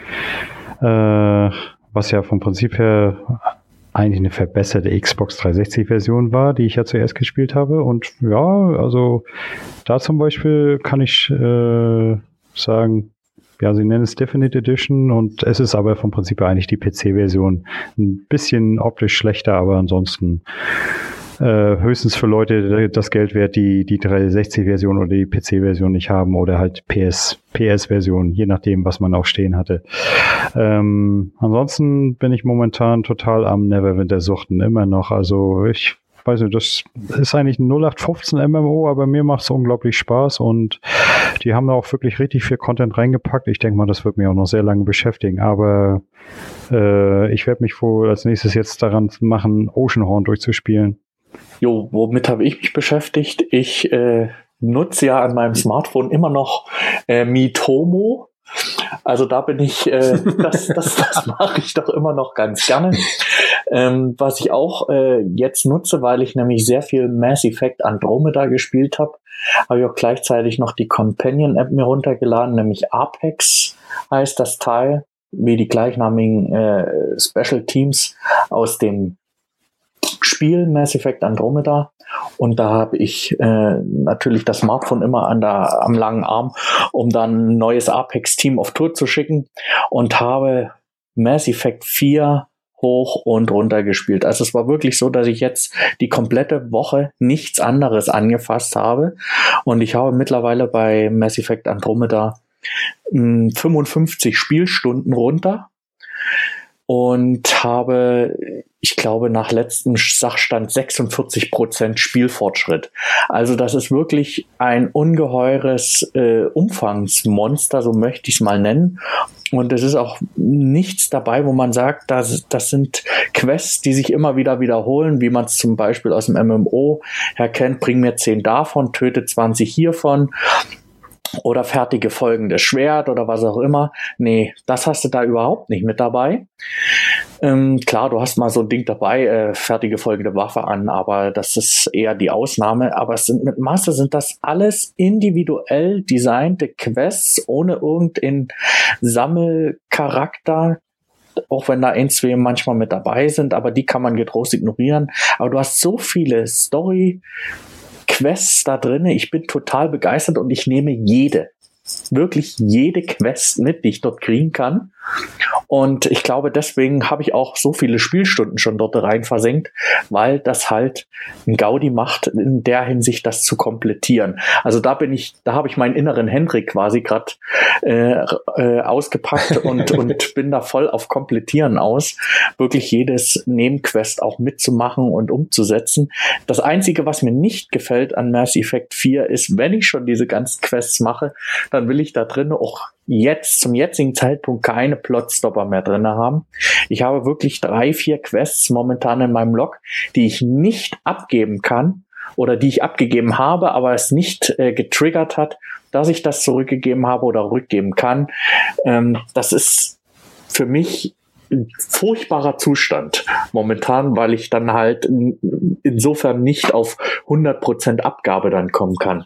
äh, was ja vom Prinzip her eigentlich eine verbesserte Xbox dreihundertsechzig Version war, die ich ja zuerst gespielt habe. Und ja, also da zum Beispiel kann ich äh, sagen, ja, sie nennen es Definite Edition und es ist aber vom Prinzip her eigentlich die P C-Version. Ein bisschen optisch schlechter, aber ansonsten äh, höchstens für Leute das Geld wert, die die dreihundertsechzig-Version oder die P C-Version nicht haben oder halt P S, P S-Version, je nachdem, was man auch stehen hatte. Ähm, ansonsten bin ich momentan total am Neverwinter suchten, immer noch. Also ich weiß nicht, das ist eigentlich ein null acht fünfzehn M M O, aber mir macht es unglaublich Spaß und die haben da auch wirklich richtig viel Content reingepackt. Ich denke mal, das wird mich auch noch sehr lange beschäftigen, aber äh, ich werde mich wohl als nächstes jetzt daran machen, Oceanhorn durchzuspielen. Jo, womit habe ich mich beschäftigt? Ich äh, nutze ja an meinem Smartphone immer noch äh, Miitomo. Also da bin ich, äh, das, das, das mache ich doch immer noch ganz gerne. Ähm, was ich auch äh, jetzt nutze, weil ich nämlich sehr viel Mass Effect Andromeda gespielt habe, habe ich auch gleichzeitig noch die Companion-App mir runtergeladen, nämlich Apex heißt das Teil, wie die gleichnamigen äh, Special Teams aus dem Spiel Mass Effect Andromeda. Und da habe ich äh, natürlich das Smartphone immer an der, am langen Arm, um dann ein neues Apex-Team auf Tour zu schicken und habe Mass Effect vier hoch und runter gespielt. Also es war wirklich so, dass ich jetzt die komplette Woche nichts anderes angefasst habe und ich habe mittlerweile bei Mass Effect Andromeda mh, fünfundfünfzig Spielstunden runter und habe, ich glaube, nach letztem Sachstand sechsundvierzig Prozent Spielfortschritt. Also das ist wirklich ein ungeheures äh, Umfangsmonster, so möchte ich es mal nennen. Und es ist auch nichts dabei, wo man sagt, das, das sind Quests, die sich immer wieder wiederholen, wie man es zum Beispiel aus dem M M O herkennt. Bring mir zehn davon, töte zwanzig hiervon. Oder fertige folgendes Schwert oder was auch immer. Nee, das hast du da überhaupt nicht mit dabei. Ähm, klar, du hast mal so ein Ding dabei, äh, fertige folgende Waffe an, aber das ist eher die Ausnahme. Aber es sind mit Master sind das alles individuell designte Quests ohne irgendeinen Sammelcharakter. Auch wenn da ein, zwei manchmal mit dabei sind, aber die kann man getrost ignorieren. Aber du hast so viele Story Quests da drin. Ich bin total begeistert und ich nehme jede, wirklich jede Quest mit, die ich dort kriegen kann. Und ich glaube, deswegen habe ich auch so viele Spielstunden schon dort rein versenkt, weil das halt ein Gaudi macht, in der Hinsicht das zu komplettieren. Also da bin ich, da habe ich meinen inneren Hendrik quasi gerade äh, äh, ausgepackt und, und bin da voll auf Komplettieren aus, wirklich jedes Nebenquest auch mitzumachen und umzusetzen. Das Einzige, was mir nicht gefällt an Mass Effect vier ist, wenn ich schon diese ganzen Quests mache, dann will ich da drin auch jetzt, zum jetzigen Zeitpunkt keine Plotstopper mehr drin haben. Ich habe wirklich drei, vier Quests momentan in meinem Log, die ich nicht abgeben kann oder die ich abgegeben habe, aber es nicht äh, getriggert hat, dass ich das zurückgegeben habe oder rückgeben kann. Ähm, das ist für mich ein furchtbarer Zustand momentan, weil ich dann halt in, insofern nicht auf hundert Prozent Abgabe dann kommen kann.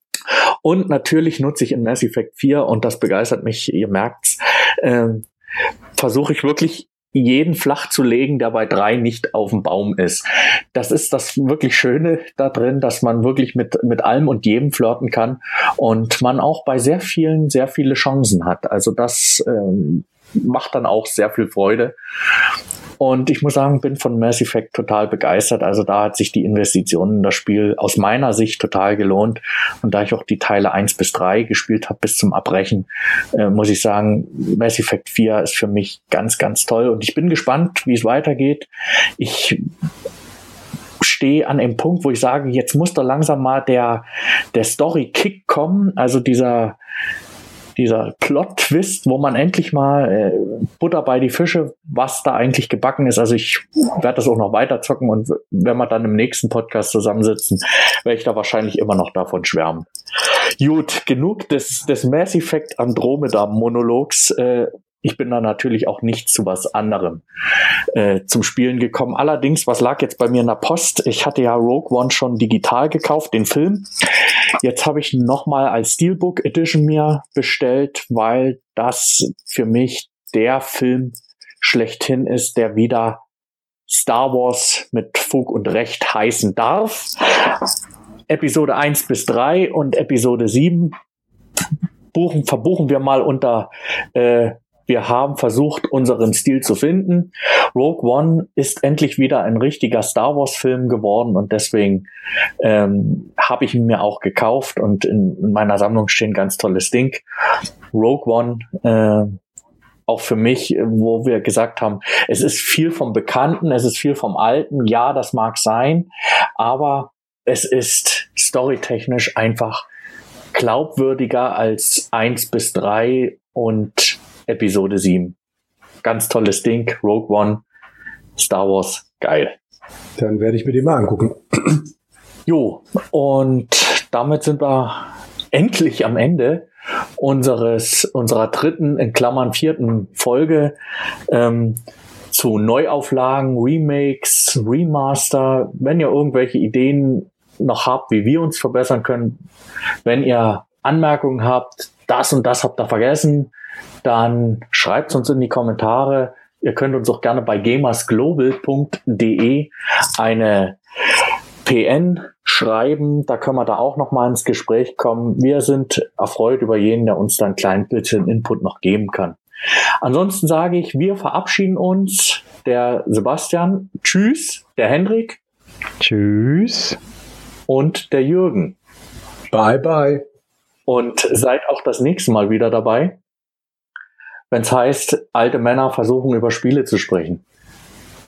Und natürlich nutze ich in Mass Effect vier, und das begeistert mich, ihr merkt's, äh, versuche ich wirklich jeden flach zu legen, der bei drei nicht auf dem Baum ist. Das ist das wirklich Schöne da drin, dass man wirklich mit, mit allem und jedem flirten kann und man auch bei sehr vielen, sehr viele Chancen hat. Also das ähm, macht dann auch sehr viel Freude. Und ich muss sagen, bin von Mass Effect total begeistert. Also da hat sich die Investition in das Spiel aus meiner Sicht total gelohnt. Und da ich auch die Teile eins bis drei gespielt habe bis zum Abbrechen, äh, muss ich sagen, Mass Effect vier ist für mich ganz, ganz toll. Und ich bin gespannt, wie es weitergeht. Ich stehe an einem Punkt, wo ich sage, jetzt muss doch langsam mal der, der Story-Kick kommen. Also dieser dieser Plot-Twist, wo man endlich mal äh, Butter bei die Fische, was da eigentlich gebacken ist. Also ich werde das auch noch weiter zocken und wenn wir dann im nächsten Podcast zusammensitzen, werde ich da wahrscheinlich immer noch davon schwärmen. Gut, genug des, des Mass Effect Andromeda-Monologs. Äh, ich bin da natürlich auch nicht zu was anderem äh, zum Spielen gekommen. Allerdings, was lag jetzt bei mir in der Post? Ich hatte ja Rogue One schon digital gekauft, den Film. Jetzt habe ich nochmal als Steelbook Edition mir bestellt, weil das für mich der Film schlechthin ist, der wieder Star Wars mit Fug und Recht heißen darf. Episode eins bis drei und Episode sieben buchen, verbuchen wir mal unter äh, wir haben versucht, unseren Stil zu finden. Rogue One ist endlich wieder ein richtiger Star Wars-Film geworden und deswegen ähm, habe ich ihn mir auch gekauft und in, in meiner Sammlung stehen ganz tolles Ding. Rogue One, äh, auch für mich, wo wir gesagt haben, es ist viel vom Bekannten, es ist viel vom Alten. Ja, das mag sein, aber es ist storytechnisch einfach glaubwürdiger als eins bis drei und Episode sieben. Ganz tolles Ding. Rogue One, Star Wars, geil. Dann werde ich mir die mal angucken. Jo, und damit sind wir endlich am Ende unseres unserer dritten, in Klammern vierten Folge ähm, zu Neuauflagen, Remakes, Remaster. Wenn ihr irgendwelche Ideen noch habt, wie wir uns verbessern können, wenn ihr Anmerkungen habt, das und das habt ihr vergessen, dann schreibt uns in die Kommentare. Ihr könnt uns auch gerne bei gamersglobal punkt de eine P N schreiben. Da können wir da auch noch mal ins Gespräch kommen. Wir sind erfreut über jeden, der uns dann ein klein bisschen Input noch geben kann. Ansonsten sage ich, wir verabschieden uns. Der Sebastian, tschüss. Der Hendrik, tschüss. Und der Jürgen. Bye, bye. Und seid auch das nächste Mal wieder dabei, wenn es heißt, alte Männer versuchen über Spiele zu sprechen.